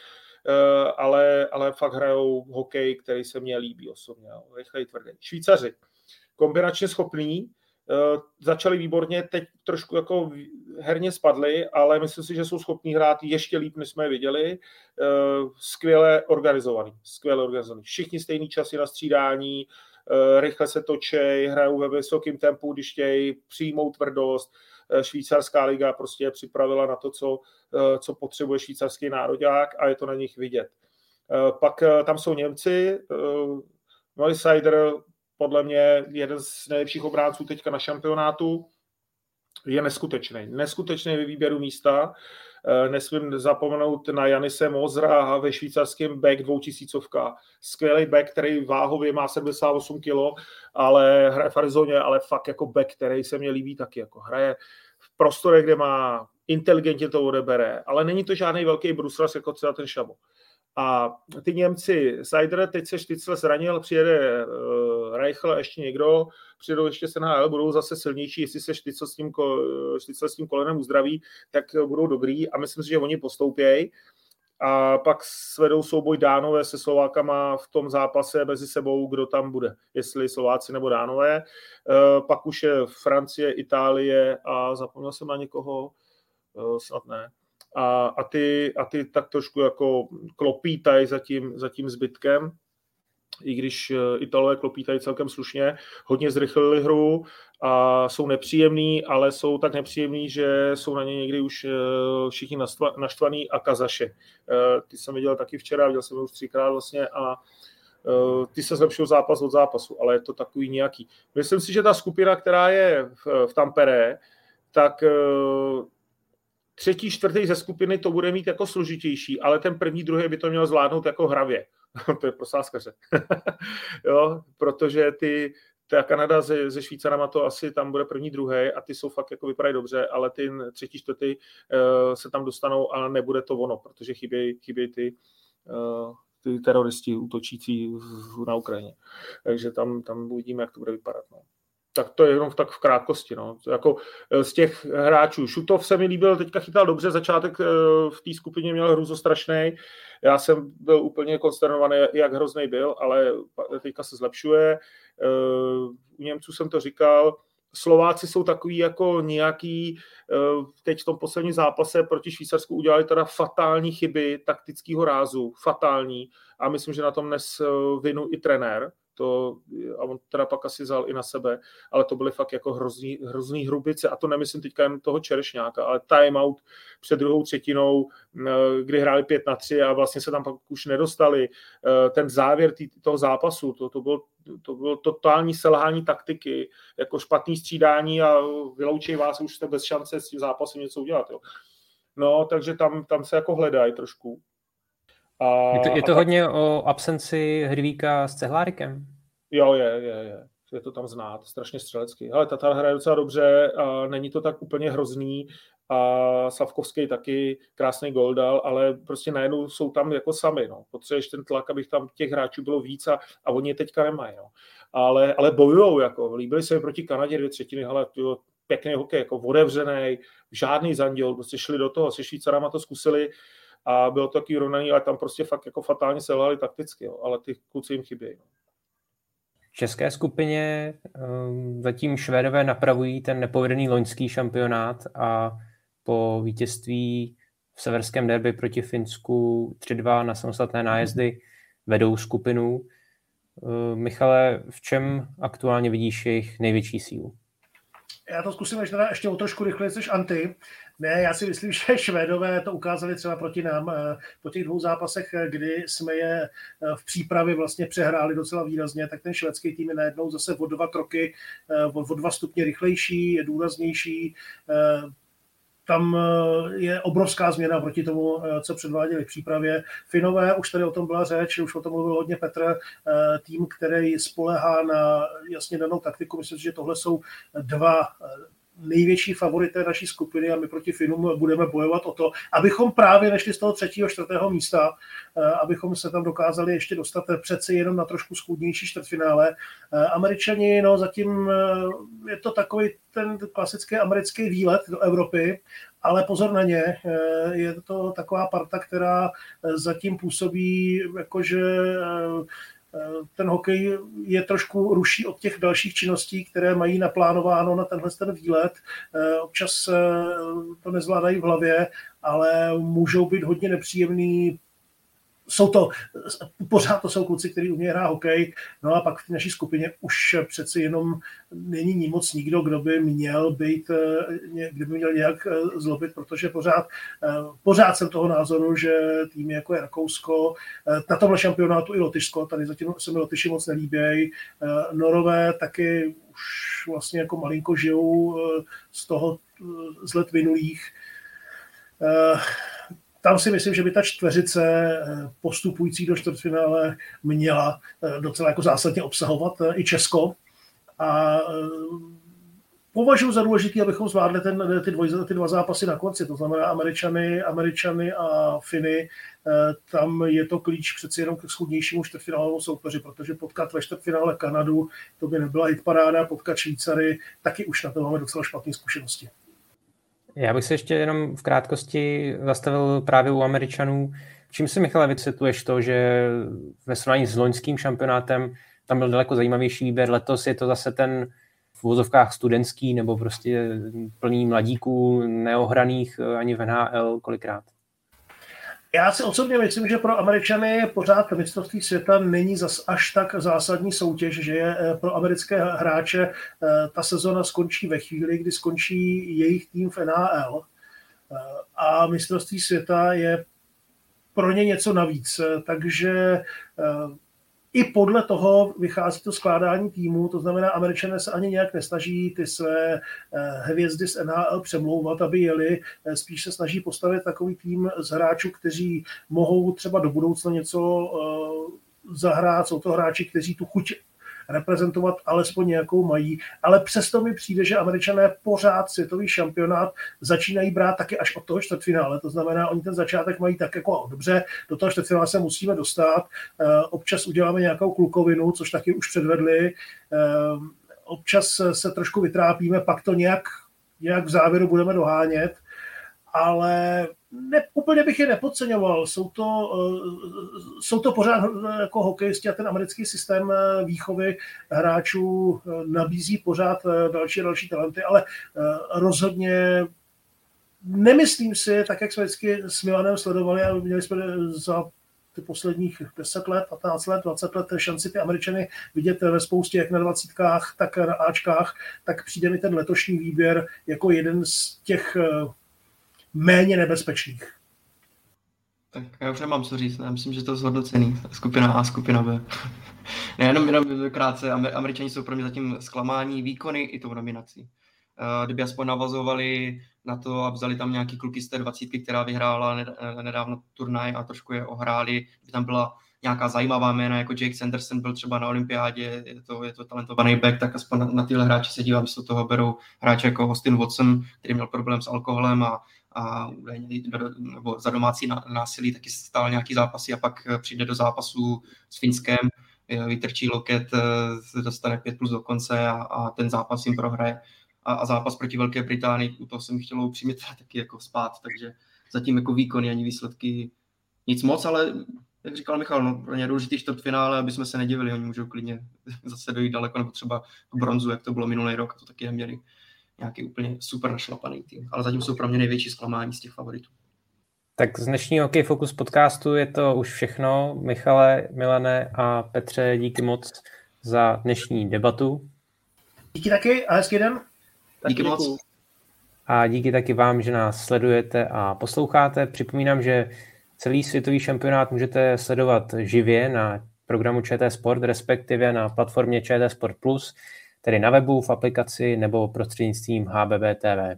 [SPEAKER 6] ale fakt hrajou hokej, který se mně líbí osobně. Rychlej, tvrdý. Švýcaři, kombinačně schopný, začali výborně, teď trošku jako herně spadli, ale myslím si, že jsou schopní hrát ještě líp, než jsme je viděli. Skvěle organizovaný. Všichni stejný časy na střídání, rychle se točej, hrajou ve vysokém tempu, když chtějí přijmout tvrdost. Švýcarská liga prostě připravila na to, co potřebuje švýcarský nároďák a je to na nich vidět. Pak tam jsou Němci, Neuseider, podle mě jeden z nejlepších obránců teďka na šampionátu, je neskutečný ve výběru místa. Nesmím zapomenout na Janise Mozra ve švýcarském back 2000. Skvělý back, který váhově má 78 kg, ale hraje v Arizoně, ale fakt jako back, který se mně líbí taky. Jako hraje v prostorech, kde má, inteligentně to odebere, ale není to žádný velký bruslař, jako třeba ten Šabo. A ty Němci, Seider, teď se Štycl zranil, přijede Reichel a ještě někdo, přijedou ještě se NHL, budou zase silnější, jestli se Štycl s tím kolenem uzdraví, tak budou dobrý a myslím si, že oni postoupějí. A pak svedou souboj Dánové se Slovákama v tom zápase mezi sebou, kdo tam bude, jestli Slováci nebo Dánové. Pak už je Francie, Itálie a zapomněl jsem na někoho, snad ne. A ty tak trošku jako klopítají za tím zbytkem, i když Italové klopítají celkem slušně, hodně zrychlili hru a jsou nepříjemný, ale jsou tak nepříjemný, že jsou na ně někdy už všichni naštvaný a Kazaše. Ty jsem viděl taky včera, viděl jsem je už 3krát vlastně a ty se zlepšují zápas od zápasu, ale je to takový nějaký. Myslím si, že ta skupina, která je v Tampere, tak třetí, čtvrtý ze skupiny to bude mít jako složitější, ale ten první, druhý by to měl zvládnout jako hravě. To je pro sázkaře. Jo, protože ta Kanada se Švýcarama to asi tam bude první, druhý a ty jsou fakt jako vypadají dobře, ale ty třetí, čtvrtý se tam dostanou a nebude to ono, protože chybějí ty teroristi útočící na Ukrajině. Takže tam uvidíme, jak to bude vypadat. No. Tak to je jenom tak v krátkosti. No. Jako z těch hráčů. Šutov se mi líbil, teďka chytal dobře, začátek v té skupině měl hruzostrašnej. Já jsem byl úplně konsternovaný, jak hrozný byl, ale teďka se zlepšuje. U Němců jsem to říkal, Slováci jsou takový jako nějaký, teď v tom posledním zápase proti Švýcarsku udělali teda fatální chyby taktického rázu, fatální, a myslím, že na tom nes vinu i trenér, a on teda pak asi vzal i na sebe, ale to byly fakt jako hrozný hrubice, a to nemyslím teďka jen toho Čerešňáka, ale timeout před druhou třetinou, kdy hráli 5-3 a vlastně se tam pak už nedostali. Ten závěr toho zápasu, to bylo totální selhání taktiky, jako špatný střídání a vyloučí vás, už jste bez šance s tím zápasem něco udělat. Jo. No, takže tam se jako hledají trošku.
[SPEAKER 4] Je to hodně o absenci Hrvíka s Cehlárikem?
[SPEAKER 6] Jo, je to tam znát, strašně střelecký. Ale Tatar hraje docela dobře a není to tak úplně hrozný a Savkovský taky krásný gól dal, ale prostě najednou jsou tam jako sami. No. Potřebuješ ten tlak, abych tam těch hráčů bylo víc a oni je teďka nemají. No. Ale bojujou, jako líbili se mi proti Kanadě 2/3, ale pěkný hokej, jako otevřený, žádný zanděl, prostě šli do toho, se Švýcarama to zkusili a bylo to taky rovnaný, ale tam prostě fakt jako fatálně selhali takticky, jo, ale ty kluci jim chybějí. No.
[SPEAKER 4] V české skupině zatím Švédové napravují ten nepovedený loňský šampionát a po vítězství v severském derby proti Finsku 3-2 na samostatné nájezdy vedou skupinu. Michale, v čem aktuálně vidíš jejich největší sílu?
[SPEAKER 5] Já to zkusím ještě o trošku rychleji než Anty. Ne, já si myslím, že Švédové to ukázali třeba proti nám po těch 2 zápasech, kdy jsme je v přípravě vlastně přehráli docela výrazně, tak ten švédský tým je najednou zase o 2 kroky, o 2 stupně rychlejší, je důraznější. Tam je obrovská změna proti tomu, co předváděli v přípravě. Finové, už tady o tom byla řeč, už o tom mluvil hodně Petr, tým, který spolehá na jasně danou taktiku. Myslím si, že tohle jsou 2 největší favorité naší skupiny a my proti Finům budeme bojovat o to, abychom právě nešli z toho 3., 4. místa, abychom se tam dokázali ještě dostat přeci jenom na trošku schůdnější čtvrtfinále. Američani, no zatím je to takový ten klasický americký výlet do Evropy, ale pozor na ně, je to taková parta, která zatím působí jakože ten hokej je trošku ruší od těch dalších činností, které mají naplánováno na tenhle ten výlet. Občas to nezvládají v hlavě, ale můžou být hodně nepříjemný. Pořád to jsou kluci, kteří umějí hrát hokej, no a pak v naší skupině už přeci jenom není moc nikdo, kdo by měl nějak zlobit, protože pořád jsem toho názoru, že týmy jako je Rakousko, na tomhle šampionátu i Lotyšsko, tady zatím se mi Lotyši moc nelíbějí, Norové taky už vlastně jako malinko žijou z let minulých. Tam si myslím, že by ta čtveřice postupující do čtvrtfinále měla docela jako zásadně obsahovat i Česko. A považuji za důležitý, abychom zvládli ty dva zápasy na konci, to znamená Američany a Finy. Tam je to klíč přeci jenom k schůdnějšímu čtvrtfinálovému soupeři, protože potkat ve čtvrtfinále Kanadu, to by nebyla hitparáda, potkat Švýcary, taky už na to máme docela špatné zkušenosti.
[SPEAKER 4] Já bych se ještě jenom v krátkosti zastavil právě u Američanů. Čím si, Michale, vysvětluješ to, že ve srovnání s loňským šampionátem tam byl daleko zajímavější výběr, letos je to zase ten v uvozovkách studentský nebo prostě plný mladíků, neohraných ani v NHL kolikrát?
[SPEAKER 5] Já si osobně myslím, že pro Američany pořád mistrovství světa není až tak zásadní soutěž, že je pro americké hráče ta sezona skončí ve chvíli, kdy skončí jejich tým v NHL. A mistrovství světa je pro ně něco navíc. Takže i podle toho vychází to skládání týmu, to znamená, Američané se ani nějak nesnaží ty své hvězdy z NHL přemlouvat, aby jeli, spíš se snaží postavit takový tým z hráčů, kteří mohou třeba do budoucna něco zahrát, jsou to hráči, kteří tu chuť reprezentovat alespoň nějakou mají, ale přesto mi přijde, že Američané pořád světový šampionát začínají brát taky až od toho čtvrtfinále, to znamená, oni ten začátek mají tak jako dobře, do toho čtvrtfinále se musíme dostat, občas uděláme nějakou klukovinu, což taky už předvedli, občas se trošku vytrápíme, pak to nějak v závěru budeme dohánět, ale úplně bych je nepodceňoval. Jsou to pořád jako hokejisti a ten americký systém výchovy hráčů nabízí pořád další talenty, ale rozhodně nemyslím si, tak jak jsme vždycky s Milanem sledovali a měli jsme za ty posledních 10 let, 15 let, 20 let šanci ty Američany vidět ve spoustě, jak na 20, tak na Ačkách, tak přijde mi ten letošní výběr jako jeden z těch méně nebezpečných.
[SPEAKER 7] Tak já už nemám co říct, já myslím, že to je zhodnocený, skupina A, skupina B. Jenom krátce, Američani jsou pro mě zatím zklamání výkony i tou nominací. Kdyby aspoň navazovali na to a vzali tam nějaký kluky z té 20, která vyhrála nedávno turnaj a trošku je ohráli, by tam byla nějaká zajímavá jména, jako Jake Sanderson byl třeba na olympiádě, je to talentovaný back, tak aspoň na tyhle hráče se dívám, místo toho berou hráče jako Austin Watson, který měl problém s alkoholem a nebo za domácí násilí taky stál nějaký zápasy a pak přijde do zápasu s Finskem, vytrčí loket, dostane 5+ do konce a ten zápas jim prohraje. A zápas proti Velké Británii, u toho jsem chtěl upřímně taky jako spát, takže zatím jako výkony ani výsledky nic moc, ale jak říkal Michal, no, pro ně je důležitý čtvrtfinále, aby jsme se nedivili, oni můžou klidně zase dojít daleko, nebo třeba k bronzu, jak to bylo minulý rok, a to taky neměli nějaký úplně super našlapaný tým, ale zatím jsou pro mě největší zklamání z těch favoritů. Tak
[SPEAKER 4] z dnešního Hokej Focus podcastu je to už všechno. Michale, Milane a Petře, díky moc za dnešní debatu.
[SPEAKER 5] Díky taky a hezký den.
[SPEAKER 7] Díky moc.
[SPEAKER 4] A díky taky vám, že nás sledujete a posloucháte. Připomínám, že celý světový šampionát můžete sledovat živě na programu ČT Sport, respektive na platformě ČT Sport+, tedy na webu, v aplikaci nebo prostřednictvím HBB TV.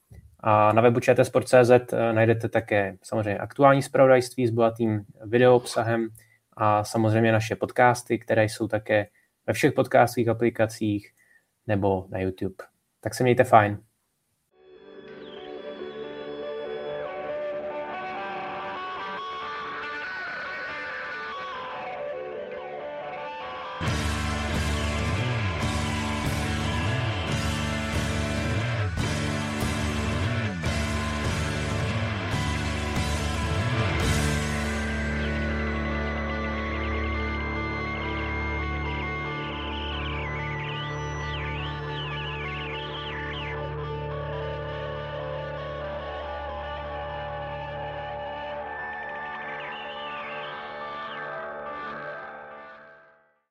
[SPEAKER 4] A na webu čtsport.cz najdete také samozřejmě aktuální zpravodajství s bohatým videoobsahem a samozřejmě naše podcasty, které jsou také ve všech podcastových aplikacích nebo na YouTube. Tak se mějte fajn.